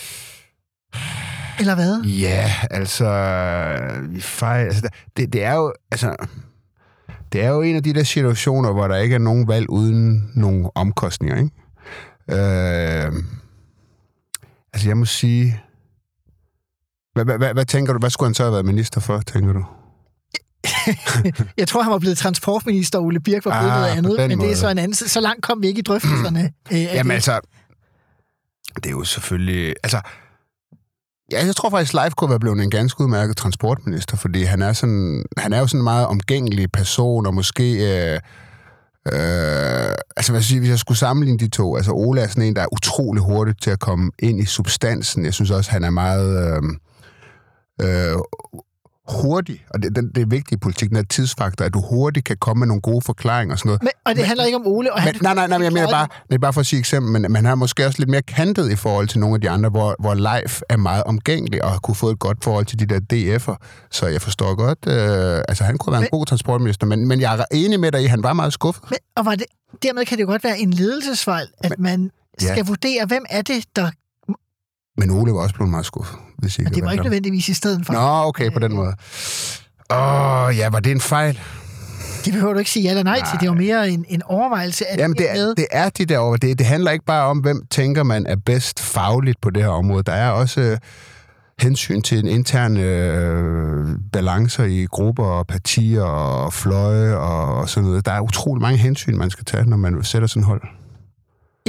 Eller hvad? Ja, altså... Fejl, altså det, det er jo... Altså, det er jo en af de der situationer, hvor der ikke er nogen valg uden nogen omkostninger, ikke? Øh, altså, jeg må sige... Hvad, hvad, hvad, hvad tænker du? Hvad skulle han så have været minister for, tænker du? Jeg tror, han var blevet transportminister, og Ole Birk var blevet ah, noget andet, men måde. Det er så en anden... Så langt kom vi ikke i drøftelserne. Jamen altså... Det er jo selvfølgelig... Altså, ja, jeg tror faktisk, Leif kunne være blevet en ganske udmærket transportminister, fordi han er, sådan, han er jo sådan en meget omgængelig person, og måske... Øh, øh, altså, hvad siger, hvis jeg skulle sammenligne de to... Altså, Ole er sådan en, der er utrolig hurtigt til at komme ind i substansen. Jeg synes også, han er meget... Øh, øh, hurtig, og det, det, det er vigtigt i politik, den er tidsfaktor, at du hurtigt kan komme med nogle gode forklaringer og sådan noget. Men, og det men, handler ikke om Ole. Og men, han, nej, nej, nej, jeg mener bare, det er bare for at sige eksempel, men man har måske også lidt mere kantet i forhold til nogle af de andre, hvor, hvor Leif er meget omgængelig og har kunne få et godt forhold til de der D F'er. Så jeg forstår godt, øh, altså han kunne være men, en god transportminister, men, men jeg er enig med dig i, at han var meget skuffet. Men, og var det, dermed kan det godt være en ledelsesfejl, at men, man skal ja. vurdere, hvem er det, der... Men Ole var også blevet meget skuffet. Hvis Men det var ikke nødvendigvis i stedet for. Nå, okay, på den måde. Åh, oh, ja, var det en fejl? Det behøver du ikke sige ja eller nej, nej. til. Det var mere en, en overvejelse af Jamen, det. Er, det er de derovre. Det, det handler ikke bare om, hvem tænker man er bedst fagligt på det her område. Der er også øh, hensyn til en intern øh, balancer i grupper og partier og fløje og, og sådan noget. Der er utrolig mange hensyn, man skal tage, når man sætter sådan hold.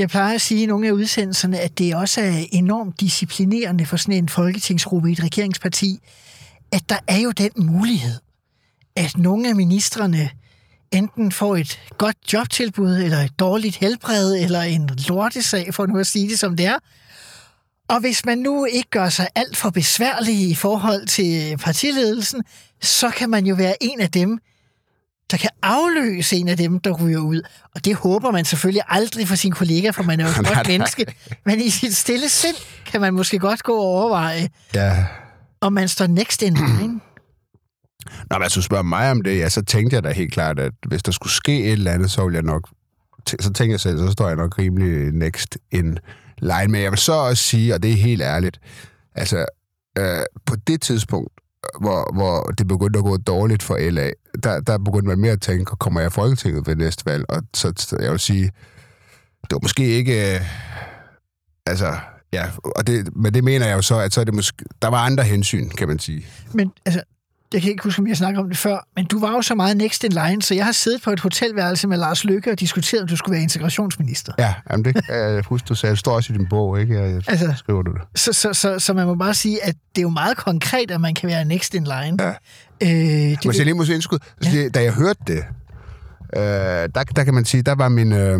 Jeg plejer at sige i nogle af udsendelserne, at det også er enormt disciplinerende for sådan en folketingsgruppe i et regeringsparti, at der er jo den mulighed, at nogle af ministrene enten får et godt jobtilbud, eller et dårligt helbred, eller en lortesag, for nu at sige det som det er. Og hvis man nu ikke gør sig alt for besværlig i forhold til partiledelsen, så kan man jo være en af dem, der kan afløse en af dem, der ryger ud. Og det håber man selvfølgelig aldrig for sin kollega, for man er jo et godt menneske. Men i sit stille sind kan man måske godt gå og overveje, ja. om man står next in line. Nå, men altså spørger mig om det, ja, så tænkte jeg da helt klart, at hvis der skulle ske et eller andet, så ville jeg nok, så tænker jeg selv, så står jeg nok rimelig next in line. Men jeg vil så også sige, og det er helt ærligt, altså øh, på det tidspunkt, hvor, hvor det begyndte at gå dårligt for L A, der, der begyndte man mere at tænke, kommer jeg i Folketinget ved næste valg? Og så, så jeg vil sige, det var måske ikke, øh, altså, ja, og det, men det mener jeg jo så, at så er det måske, der var andre hensyn, kan man sige. Men altså, jeg kan ikke huske, om jeg snakker om det før, men du var jo så meget next in line, så jeg har siddet på et hotelværelse med Lars Løkke og diskuteret, om du skulle være integrationsminister. Ja, jamen det kan jeg huske, du sagde. Det står også i din bog, ikke? Jeg altså, skriver du det. Så, så, så, så man må bare sige, at det er jo meget konkret, at man kan være next in line. Ja. Øh, det må jeg lige måske indskud? Ja. Da jeg hørte det, øh, der, der kan man sige, der var min... Øh,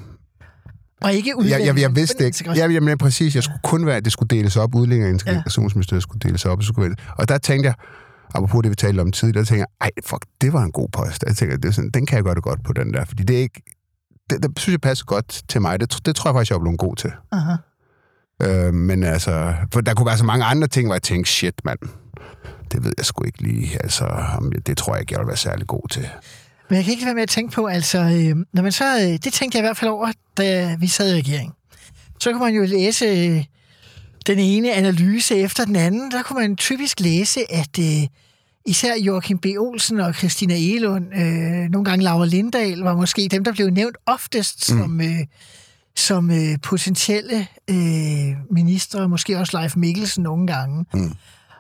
og ikke udlænding. Jeg, jeg, jeg vidste ikke. Ja, jamen, præcis. Jeg skulle kun være, at det skulle deles op. Udlænding og integrationsministeriet skulle deles op. Og, så kunne, og der tænkte jeg, apropos det, vi talte om tidligere, der tænker jeg, ej, fuck, det var en god post. Jeg tænker, det er sådan, den kan jeg gøre det godt på, den der. Fordi det er ikke... Det, det synes jeg passer godt til mig. Det, det tror jeg faktisk, jeg er blevet god til. Aha. Øh, men altså... For der kunne være så mange andre ting, hvor jeg tænkte, shit, mand. Det ved jeg sgu ikke lige. Altså, det tror jeg ikke, jeg vil være særlig god til. Men jeg kan ikke være med at tænke på, altså... Øh, når man så... Øh, det tænkte jeg i hvert fald over, da vi sad i regeringen. Så kunne man jo læse... Øh, den ene analyse efter den anden, der kunne man typisk læse, at øh, især Joachim B. Olsen og Christina Egelund, øh, nogle gange Laura Lindahl, var måske dem, der blev nævnt oftest mm. som, øh, som øh, potentielle øh, ministre, måske også Leif Mikkelsen nogle gange. Mm.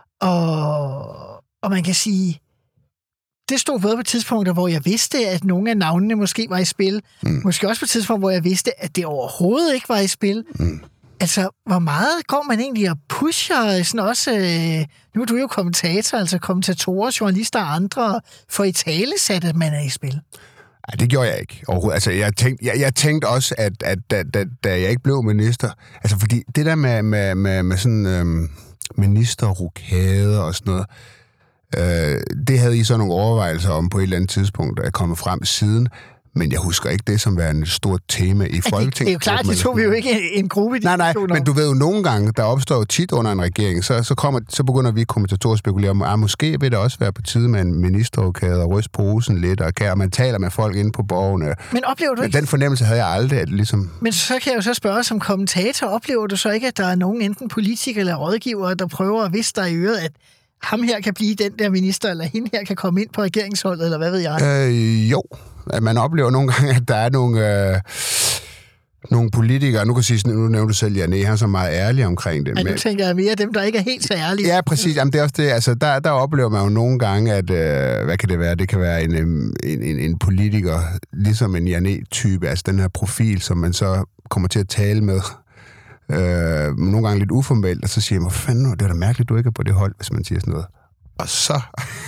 Og, og man kan sige, det stod både på tidspunkter, hvor jeg vidste, at nogle af navnene måske var i spil, mm. måske også på tidspunkter, hvor jeg vidste, at det overhovedet ikke var i spil. Mm. Altså, hvor meget går man egentlig og pusher sådan også... Øh, nu er du jo kommentator, altså kommentatorer, journalister og andre, for i tale sat, at man er i spil. Nej, det gjorde jeg ikke overhovedet. Altså, jeg tænkte, jeg, jeg tænkte også, at, at da, da, da jeg ikke blev minister... Altså, fordi det der med, med, med, med sådan øhm, ministerrokade og sådan noget, øh, det havde I så nogle overvejelser om på et eller andet tidspunkt, der er kommet frem siden... Men jeg husker ikke det som værende et stort tema i Folketinget. Det er jo klart, det tog vi jo ikke en gruppe. Nej, nej, men du ved jo nogle gange, der opstår jo tit under en regering, så, så, kommer, så begynder vi kommentatorer at spekulere om, at måske vil det også være på tide med en ministerrokade og ryste posen lidt, og, kan, og man taler med folk inde på borgerne. Men oplever du men ikke... den fornemmelse havde jeg aldrig, at ligesom... Men så kan jeg jo så spørge som kommentator, oplever du så ikke, at der er nogen enten politikere eller rådgivere, der prøver at vise dig i øret, at ham her kan blive den der minister, eller hende her kan komme ind på regeringsholdet, eller hvad ved jeg? Øh, jo. Man oplever nogle gange, at der er nogle, øh, nogle politikere, nu kan sige, nu nævner du selv, Janne, han er så meget ærlig omkring det. Men nu tænker jeg mere dem, der ikke er helt så ærlige. Ja, præcis. Jamen, det er også det. Altså, der, der oplever man jo nogle gange, at, øh, hvad kan det være? Det kan være en, en, en, en politiker, ligesom en Janne-type, altså den her profil, som man så kommer til at tale med. Øh, nogle gange lidt uformelt, og så siger man, hvor fanden, det er da mærkeligt, du ikke er på det hold, hvis man siger sådan noget. Og så...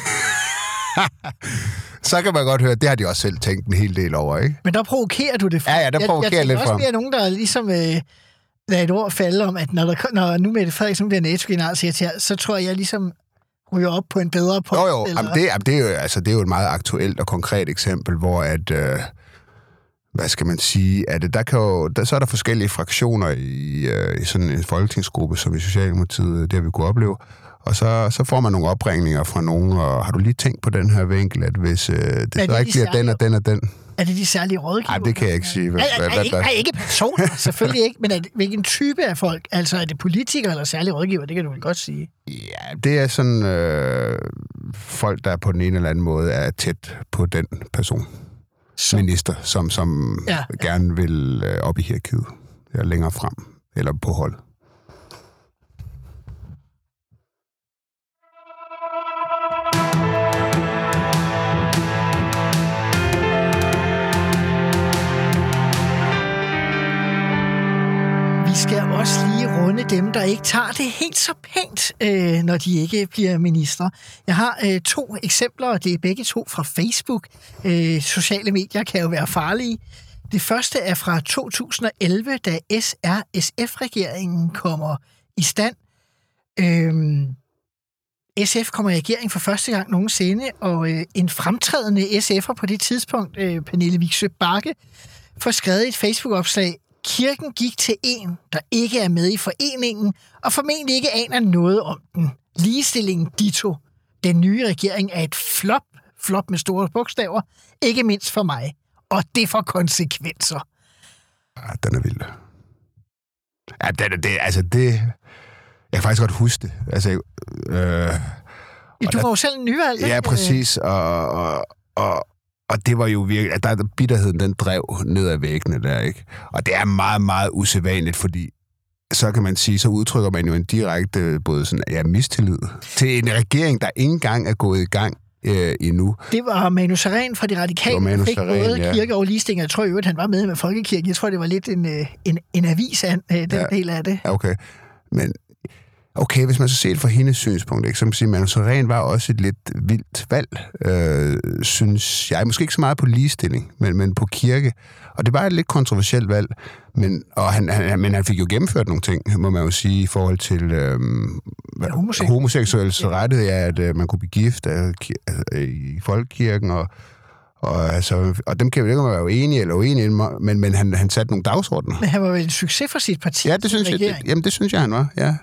så kan man godt høre, det har de også selv tænkt en hel del over, ikke? Men der provokerer du det fra. Ja, ja, der provokerer jeg, jeg lidt fra. Jeg tænker også, nogen, der ligesom øh, lader et ord falde om, at når, der, når nu Mette Frederiksen bliver NATO-generalsekretær, så tror jeg, jeg ligesom ryger op på en bedre punkt. Jo, jo, jamen, det, jamen, det, er jo, altså, det er jo et meget aktuelt og konkret eksempel, hvor at, øh, hvad skal man sige, at der kan jo, der, så er der forskellige fraktioner i, øh, i sådan en folketingsgruppe, som i Socialdemokratiet, det har vi kunne opleve. Og så, så får man nogle opringninger fra nogen, og har du lige tænkt på den her vinkel, at hvis øh, det, det så ikke bliver den og den og den... Er det de særlige rådgiver? Nej, det kan jeg ikke sige. Hvad, nej, nej, hvad, ikke, nej, ikke personer, selvfølgelig ikke, men er det, hvilken type af folk? Altså, er det politikere eller særlige rådgiver? Det kan du vel godt sige. Ja, det er sådan øh, folk, der på den ene eller anden måde er tæt på den person. Som minister, som, som ja, ja. gerne vil øh, op i hierarkiet, eller længere frem, eller på hold. dem, der ikke tager det helt så pænt, øh, når de ikke bliver ministre. Jeg har øh, to eksempler, og det er begge to fra Facebook. Øh, sociale medier kan jo være farlige. Det første er fra to tusind og elleve, da S R S F-regeringen kommer i stand. Øh, S F kommer i regering for første gang nogensinde, og øh, en fremtrædende S F'er på det tidspunkt, øh, Pernille Vigsø Bagge, får skrevet et Facebook-opslag: Kirken gik til en, der ikke er med i foreningen, og formentlig ikke aner noget om den. Ligestillingen ditto. Den nye regering er et flop, flop med store bogstaver, ikke mindst for mig. Og det får konsekvenser. Ja, den er vild. Ja, det, det, altså det... Jeg kan faktisk godt huske det. Altså, øh, ja, du var jo selv en nyvalg, ikke? Ja, præcis. Og, og, og, og det var jo virkelig... At der bitterheden, den drev ned ad væggene der, ikke? Og det er meget, meget usædvanligt, fordi så kan man sige, så udtrykker man jo en direkte både sådan, ja, mistillid til en regering, der ikke engang er gået i gang øh, endnu. Det var Manu Sareen fra De Radikale, der fik Sareen, både ja. kirke og ligestilling. Jeg tror jo, at han var med med Folkekirken. Jeg tror, det var lidt en, en, en avis af den ja. del af det. Ja, okay. Men okay, hvis man så ser det fra hendes synspunkt, ikke, så man sige, Manu Sareen var også et lidt vildt valg, øh, synes jeg. Måske ikke så meget på ligestilling, men, men på kirke. Og det var et lidt kontroversielt valg, men, og han, han, men han fik jo gennemført nogle ting, må man jo sige, i forhold til øh, ja, homosek- homoseksuelle ja. rettigheder, at øh, man kunne blive gift øh, i folkekirken, og, og, altså, og dem kan vi ikke være uenige eller uenige, men, men han, han satte nogle dagsordner. Men han var vel en succes for sit parti? Ja, det synes jeg, det, jamen, det synes jeg, han var, ja.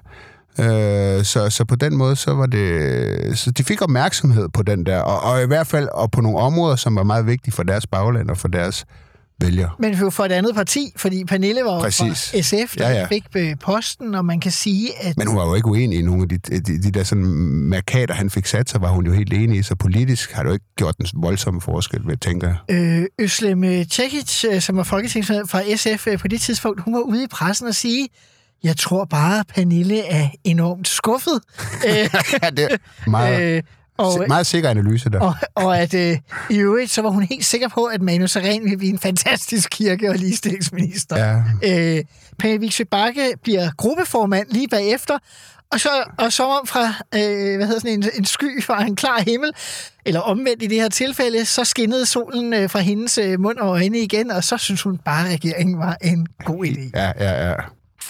Øh, så, så på den måde, så var det... Så de fik opmærksomhed på den der, og, og i hvert fald og på nogle områder, som var meget vigtige for deres bagland og for deres vælgere. Men for et andet parti, fordi Pernille var Præcis. fra S F, der ja, ja. fik posten, og man kan sige, at... Men hun var jo ikke uenig i nogle af de, de, de der sådan markader, han fik sat, så var hun jo helt enig i, så politisk har det jo ikke gjort den voldsomme forskel, hvad tænker jeg. Øh, Özlem Cekic, som var folketingsmedlem fra S F på det tidspunkt, hun var ude i pressen og sige: Jeg tror bare, Pernille er enormt skuffet. Ja, det er meget, øh, og, meget sikker analyse der. Og, og at øh, i øvrigt, så var hun helt sikker på, at Manu Sareen ville blive en fantastisk kirke- og ligestillingsminister. Ja. Øh, Pernille Vigsø Bagge bliver gruppeformand lige bagefter, og så og som om fra øh, hvad hedder sådan en, en sky fra en klar himmel, eller omvendt i det her tilfælde, så skinnede solen øh, fra hendes øh, mund og øjne igen, og så synes hun bare, at regeringen var en god idé. Ja, ja, ja.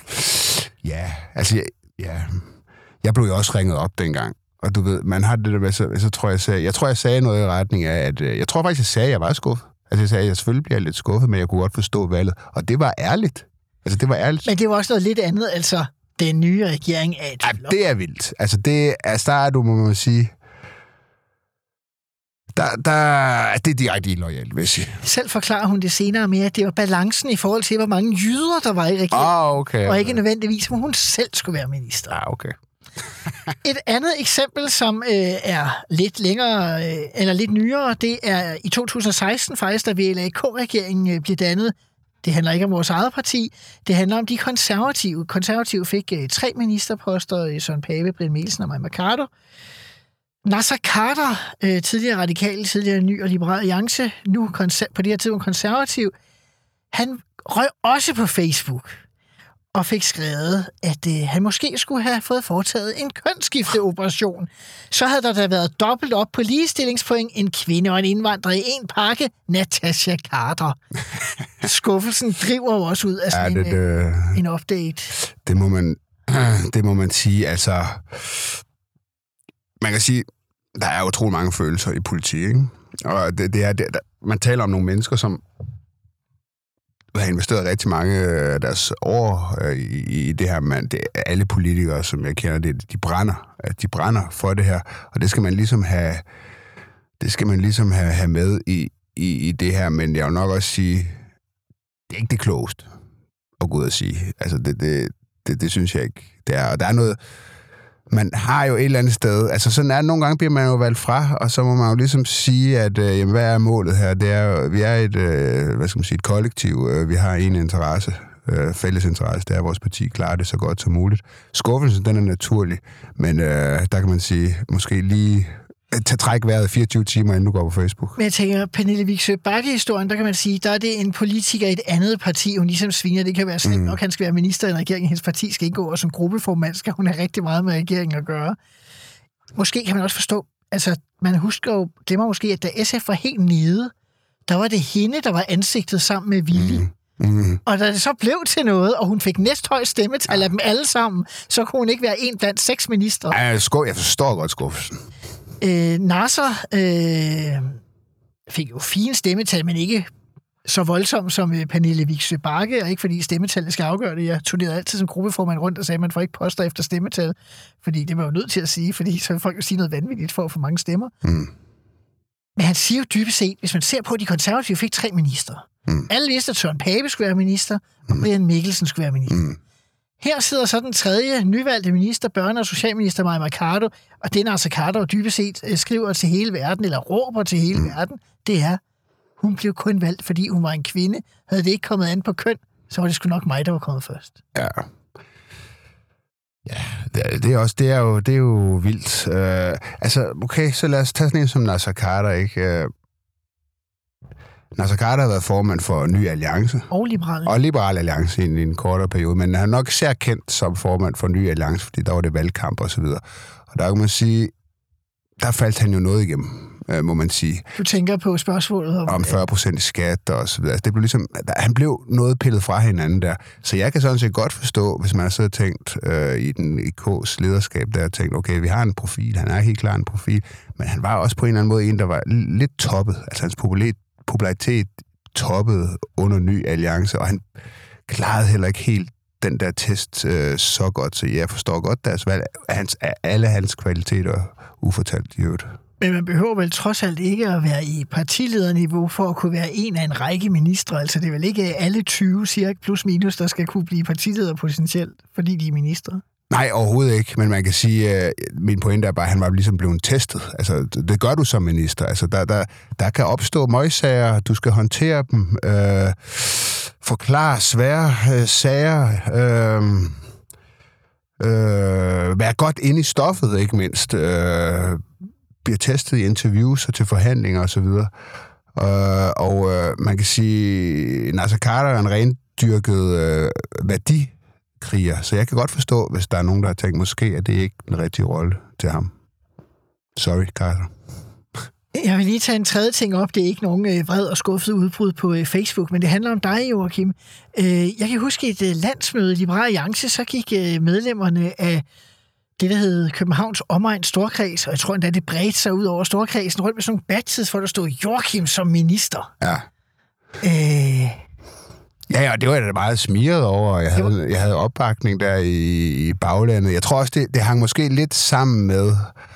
Ja, altså, jeg, ja. jeg blev jo også ringet op dengang, og du ved, man har det der med, så, så tror jeg, jeg sagde, jeg tror, jeg sagde noget i retning af, at jeg tror faktisk, jeg sagde, at jeg var skuffet. Altså, jeg sagde, at jeg selvfølgelig bliver lidt skuffet, men jeg kunne godt forstå valget, og det var ærligt. Altså, det var ærligt. Men det var også noget lidt andet, altså, den nye regering er et ja, det er vildt. Altså, det er, der er du, må man sige, Der, der, det er direkte illoyalt, vil jeg sige. Selv forklarer hun det senere med, at det var balancen i forhold til, hvor mange jyder, der var i regeringen. Ah, okay, okay. Og ikke nødvendigvis, hvor hun selv skulle være minister. Ah, okay. Et andet eksempel, som øh, er lidt længere, øh, eller lidt nyere, det er i to tusind og seksten faktisk, da V L A K-regeringen øh, blev dannet. Det handler ikke om vores eget parti. Det handler om de konservative. Konservative fik øh, tre ministerposter, Søren Pape, Brian Mikkelsen og Mai Mercado. Naser Khader, øh, tidligere radikal, tidligere ny og liberal alliance, nu konser- på det her tidspunkt konservativ, han røg også på Facebook og fik skrevet, at øh, han måske skulle have fået foretaget en kønsskifteoperation. Så havde der da været dobbelt op på ligestillingspoint, en kvinde og en indvandrer i en pakke, Natasha Khader. Skuffelsen driver jo også ud af sådan ja, det, en, øh, det, en update. Det må man, det må man sige, altså... Man kan sige, der er utrolig mange følelser i politik, ikke? Og det, det er, det, der, man taler om nogle mennesker, som har investeret rigtig mange af deres år i, i det her. Man, det er alle politikere, som jeg kender, det, de brænder, de brænder for det her, og det skal man ligesom have, det skal man ligesom have, have med i, i, i det her. Men jeg vil nok også sige, det er ikke det klogeste at gå ud og sige. Altså det, det, det, det synes jeg ikke. Det er, og der er noget. Man har jo et eller andet sted, altså sådan er det, nogle gange bliver man jo valgt fra, og så må man jo ligesom sige, at øh, jamen, hvad er målet her? Det er, vi er et, øh, hvad skal man sige, et kollektiv, øh, vi har en interesse, øh, fælles interesse, det er, at vores parti klarer det så godt som muligt. Skuffelsen, den er naturlig, men øh, der kan man sige, måske lige tage træk vejret fireogtyve timer, inden du går på Facebook. Men jeg tænker, Pernille Vigsø Bagge-historien, der kan man sige, der er det en politiker i et andet parti, hun ligesom sviner, det kan være slemt mm. nok, han skal være minister i en regering, hendes parti skal indgå, og som gruppeformand skal hun have rigtig meget med regeringen at gøre. Måske kan man også forstå, altså man husker jo, glemmer måske, at da S F var helt nede, der var det hende, der var ansigtet sammen med Willy. Mm. Mm. Og da det så blev til noget, og hun fik næsthøj stemmetal ja. af dem alle sammen, så kunne hun ikke være en blandt seks ministre. Ja, jeg forstår godt skuffelsen. Øh, Nasser øh, fik jo fine stemmetal, men ikke så voldsomt som øh, Pernille Vigsø Bagge, og ikke fordi stemmetallet skal afgøre det. Jeg turnerede altid som gruppeformand rundt og sagde, at man får ikke poster efter stemmetal, fordi det var jo nødt til at sige, fordi så vil folk jo sige noget vanvittigt for at få mange stemmer. Mm. Men han siger jo dybest set, hvis man ser på, at de konservative fik tre ministre. Mm. Alle vidste, at Søren Pape skulle være minister, og Brian Mikkelsen skulle være minister. Mm. Her sidder så den tredje nyvalgte minister, børne- og socialminister Mai Mercado, og det Naser Khader dybest set skriver til hele verden, eller råber til hele mm. verden, det er, hun blev kun valgt, fordi hun var en kvinde. Havde det ikke kommet an på køn, så var det sgu nok mig, der var kommet først. Ja. Ja, det, det er også, det er jo, det er jo vildt. Uh, altså, okay, så lad os tage sådan en som Naser Khader, ikke? Uh, Naser Khader har været formand for Ny Alliance. Og Liberal. Og Liberal Alliance i en, i en kortere periode, men han er nok især kendt som formand for Ny Alliance, fordi der var det valgkamp og så videre. Og der kan man sige, der faldt han jo noget igennem, øh, må man sige. Du tænker på spørgsmålet om... Om fyrre procent i skat og så videre. Altså, det blev ligesom, han blev noget pillet fra hinanden der. Så jeg kan sådan set godt forstå, hvis man har så tænkt øh, i den i K's lederskab, der har tænkt, okay, vi har en profil, han er helt klar en profil, men han var også på en eller anden måde en, der var lidt toppet. Altså hans popularitet popularitet toppede under Ny Alliance, og han klarede heller ikke helt den der test øh, så godt, så jeg forstår godt deres valg. Hans, alle hans kvaliteter ufortalt i øvrigt. Men man behøver vel trods alt ikke at være i partilederniveau for at kunne være en af en række ministre. Altså det er vel ikke alle tyve, cirka plus minus, der skal kunne blive partileder potentielt, fordi de er ministre? Nej, overhovedet ikke, men man kan sige, at min pointe er bare, at han var ligesom blevet testet. Altså, det gør du som minister. Altså, der, der, der kan opstå møgsager, du skal håndtere dem, øh, forklare svære øh, sager, øh, øh, være godt inde i stoffet, ikke mindst, øh, bliver testet i interviews og til forhandlinger osv. Øh, og øh, man kan sige, at Naser Khader er en rendyrket øh, værdi kriger. Så jeg kan godt forstå, hvis der er nogen, der har tænkt, måske at det ikke er den rigtige rolle til ham. Sorry, Khader. Jeg vil lige tage en tredje ting op. Det er ikke nogen øh, vred og skuffet udbrud på øh, Facebook, men det handler om dig, Joachim. Øh, jeg kan huske et øh, landsmøde i Liberal Alliance, så gik øh, medlemmerne af det, der hed Københavns Omegn Storkreds, og jeg tror endda, det bredte sig ud over Storkredsen, rundt med sådan nogle badges, hvor der stod Joachim som minister. Ja. Øh... Ja, ja, det var jeg da meget smiret over. Jeg havde, jeg havde opbakning der i, i baglandet. Jeg tror også, det, det hang måske lidt sammen med,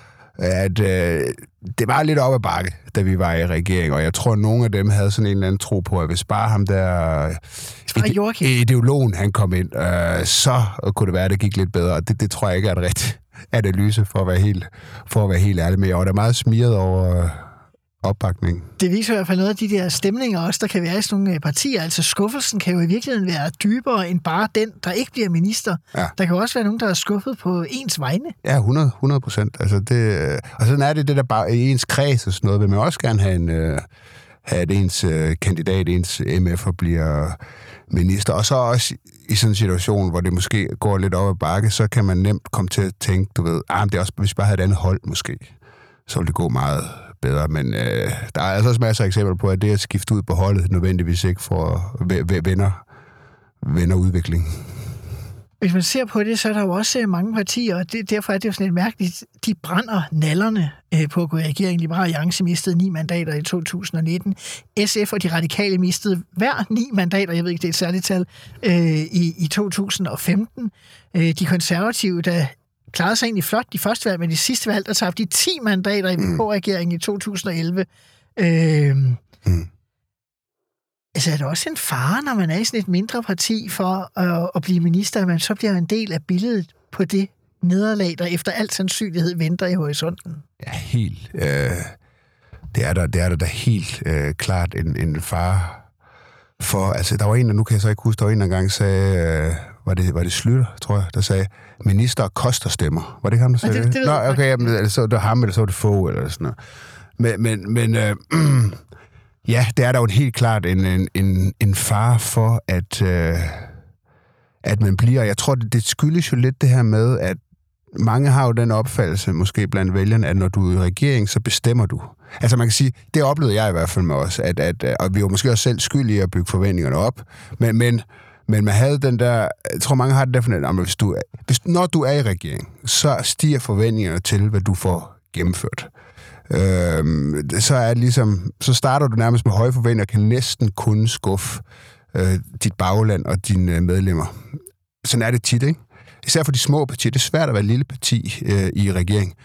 at øh, det var lidt op ad bakke, da vi var i regering, og jeg tror, at nogle af dem havde sådan en eller anden tro på, at hvis bare ham der ide, ideologen, han kom ind, øh, så kunne det være, at det gik lidt bedre. Det, det tror jeg ikke er et rigtigt analyse, for at være helt, for at være helt ærlig. Men jeg var da meget smiret over opbakning. Det viser i hvert fald noget af de der stemninger også, der kan være i sådan nogle partier. Altså skuffelsen kan jo i virkeligheden være dybere end bare den, der ikke bliver minister. Ja. Der kan jo også være nogen, der er skuffet på ens vegne. Ja, hundrede procent. Altså det, og sådan er det, det der bare i ens kreds og sådan noget, vil man også gerne have, en, uh, have at ens uh, kandidat, ens M F'er bliver minister. Og så også i sådan en situation, hvor det måske går lidt op ad bakke, så kan man nemt komme til at tænke, du ved, ah, det er også, hvis vi bare havde et andet hold måske, så ville det gå meget bedre, men øh, der er altså også masser af eksempler på, at det at skifte ud på holdet nødvendigvis ikke får venner, venner udvikling. Hvis man ser på det, så er der jo også mange partier, og det, derfor er det jo sådan lidt mærkeligt, de brænder nallerne øh, på at gå i regering. Liberal Alliance mistede ni mandater i to tusind og nitten. S F og de radikale mistede hver ni mandater, jeg ved ikke, det er et særligt tal, øh, i, i to tusind og femten. Øh, de konservative, der klarede sig egentlig flot de første valg, men de sidste valg, der tabte de ti mandater i V K-regeringen i to tusind og elleve. Øh, mm. Altså er det også en fare, når man er i sådan et mindre parti for at, at blive minister, at man så bliver en del af billedet på det nederlag, der efter al sandsynlighed venter i horisonten? Ja, helt. Øh, det er der, det er der da helt øh, klart en, en fare for. Altså, der var en, der nu kan jeg så ikke huske, der var en, der engang sagde, øh, var det, var det Slytter, tror jeg, der sagde, minister koster stemmer. Var det ham, der sagde det? det, det Nå, okay, jamen, eller så var det ham, eller så var det få, eller sådan noget. Men, men, men øh, ja, det er der jo helt klart en, en, en, en fare for, at, øh, at man bliver. Jeg tror, det, det skyldes jo lidt det her med, at mange har jo den opfattelse, måske blandt vælgerne, at når du er i regering, så bestemmer du. Altså man kan sige, det oplevede jeg i hvert fald med os, at, at, og vi var måske også selv skyldige at bygge forventningerne op, men, men, men man havde den der, jeg tror mange har det der fornemmelse, at hvis du, hvis, når du er i regering, så stiger forventningerne til, hvad du får gennemført. Øhm, så er det ligesom, så starter du nærmest med høje forventninger, kan næsten kun skuffe øh, dit bagland og dine medlemmer. Sådan er det tit, ikke? Især for de små partier. Det er svært at være et lille parti øh, i regering.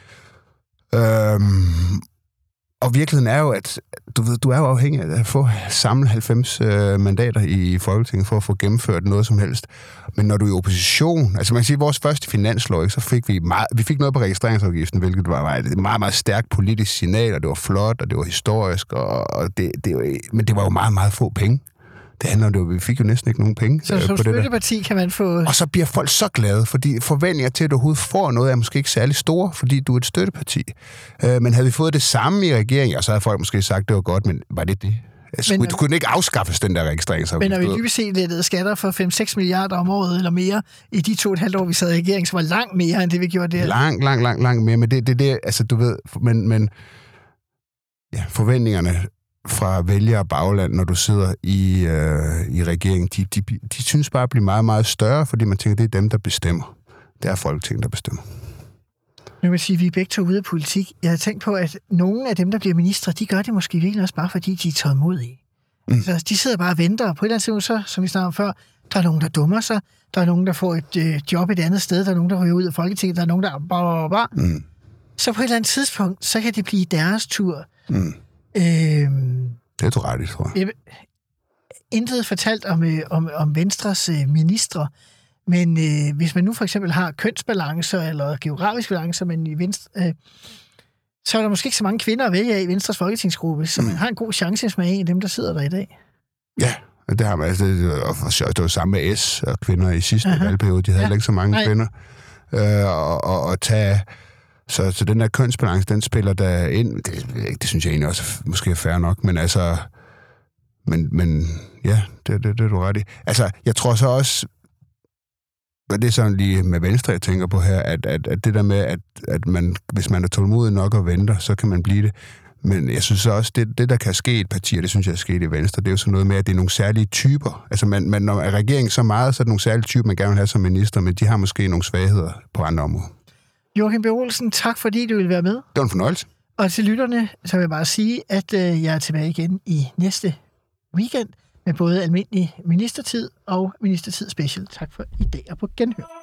Øhm, og virkeligheden er jo, at du ved, du er jo afhængig af at få samle halvfems øh, mandater i Folketinget for at få gennemført noget som helst. Men når du er i opposition, altså man kan sige, at vores første finanslov, ikke, så fik vi meget, vi fik noget på registreringsafgiften, hvilket var et meget, meget stærkt politisk signal, og det var flot, og det var historisk, og, og det, det var, men det var jo meget, meget få penge. Det handler om det, vi fik jo næsten ikke nogen penge. Så som støtteparti kan man få... Og så bliver folk så glade, fordi forventninger til, at du overhovedet får noget, er måske ikke særlig store, fordi du er et støtteparti. Øh, men havde vi fået det samme i regeringen, og så havde folk måske sagt, at det var godt, men var det det? Altså, men, du kunne ikke afskaffes den der registreringsafgift. Men når vi dybest set lettede skatter for fem til seks milliarder om året eller mere, i de to og et halvt år, vi sad i regering, så var langt mere, end det vi gjorde der. Langt, langt, langt, langt mere. Men det er det, det, altså du ved, men, men ja, forventningerne fra vælgere og bagland, når du sidder i, øh, i regeringen, de, de, de synes bare at blive meget, meget større, fordi man tænker, det er dem, der bestemmer. Det er Folketinget, der bestemmer. Nu vil jeg sige, at vi er begge to ude af politik. Jeg har tænkt på, at nogle af dem, der bliver ministre, de gør det måske virkelig også bare, fordi de er tålmodige. Mm. Altså, de sidder bare og venter, og på et eller andet tidspunkt, så, som vi snakkede om før, der er nogen, der dummer sig, der er nogen, der får et øh, job et andet sted, der er nogen, der ryger ud af Folketinget, der er nogen, der bare, bare. Mm. Så på et eller andet tidspunkt, så kan det blive deres tur. Mm. Øhm, det er du ret i, tror jeg. Intet fortalt om, øh, om, om Venstres øh, ministre, men øh, hvis man nu for eksempel har kønsbalancer eller geografiske balancer, men i Venstre, øh, så er der måske ikke så mange kvinder at vælge af i Venstres folketingsgruppe, så man har en god chance med en af dem, der sidder der i dag. Ja, det har man. Altså, det, og det var samme med S og kvinder i sidste Aha. valgperiode. De havde ja. ikke så mange Nej. kvinder øh, og, og, og tage... Så, så den der kønsbalance, den spiller der ind. Det, det synes jeg egentlig også måske er fair nok, men altså... Men, men ja, det, det, det er du ret i. Altså, jeg tror så også... Og det er sådan lige med Venstre, jeg tænker på her, at, at, at det der med, at, at man, hvis man er tålmodig nok og venter, så kan man blive det. Men jeg synes også, det, det der kan ske i et parti, og det synes jeg er sket i Venstre, det er jo sådan noget med, at det er nogle særlige typer. Altså, man, man, når regeringen så meget, så er det nogle særlige typer, man gerne vil have som minister, men de har måske nogle svagheder på andre områder. Joachim B. Olsen, tak fordi du ville være med. Det var en fornøjelse. Og til lytterne, så vil jeg bare sige, at øh, jeg er tilbage igen i næste weekend med både almindelig ministertid og ministertid special. Tak for i dag og på genhør.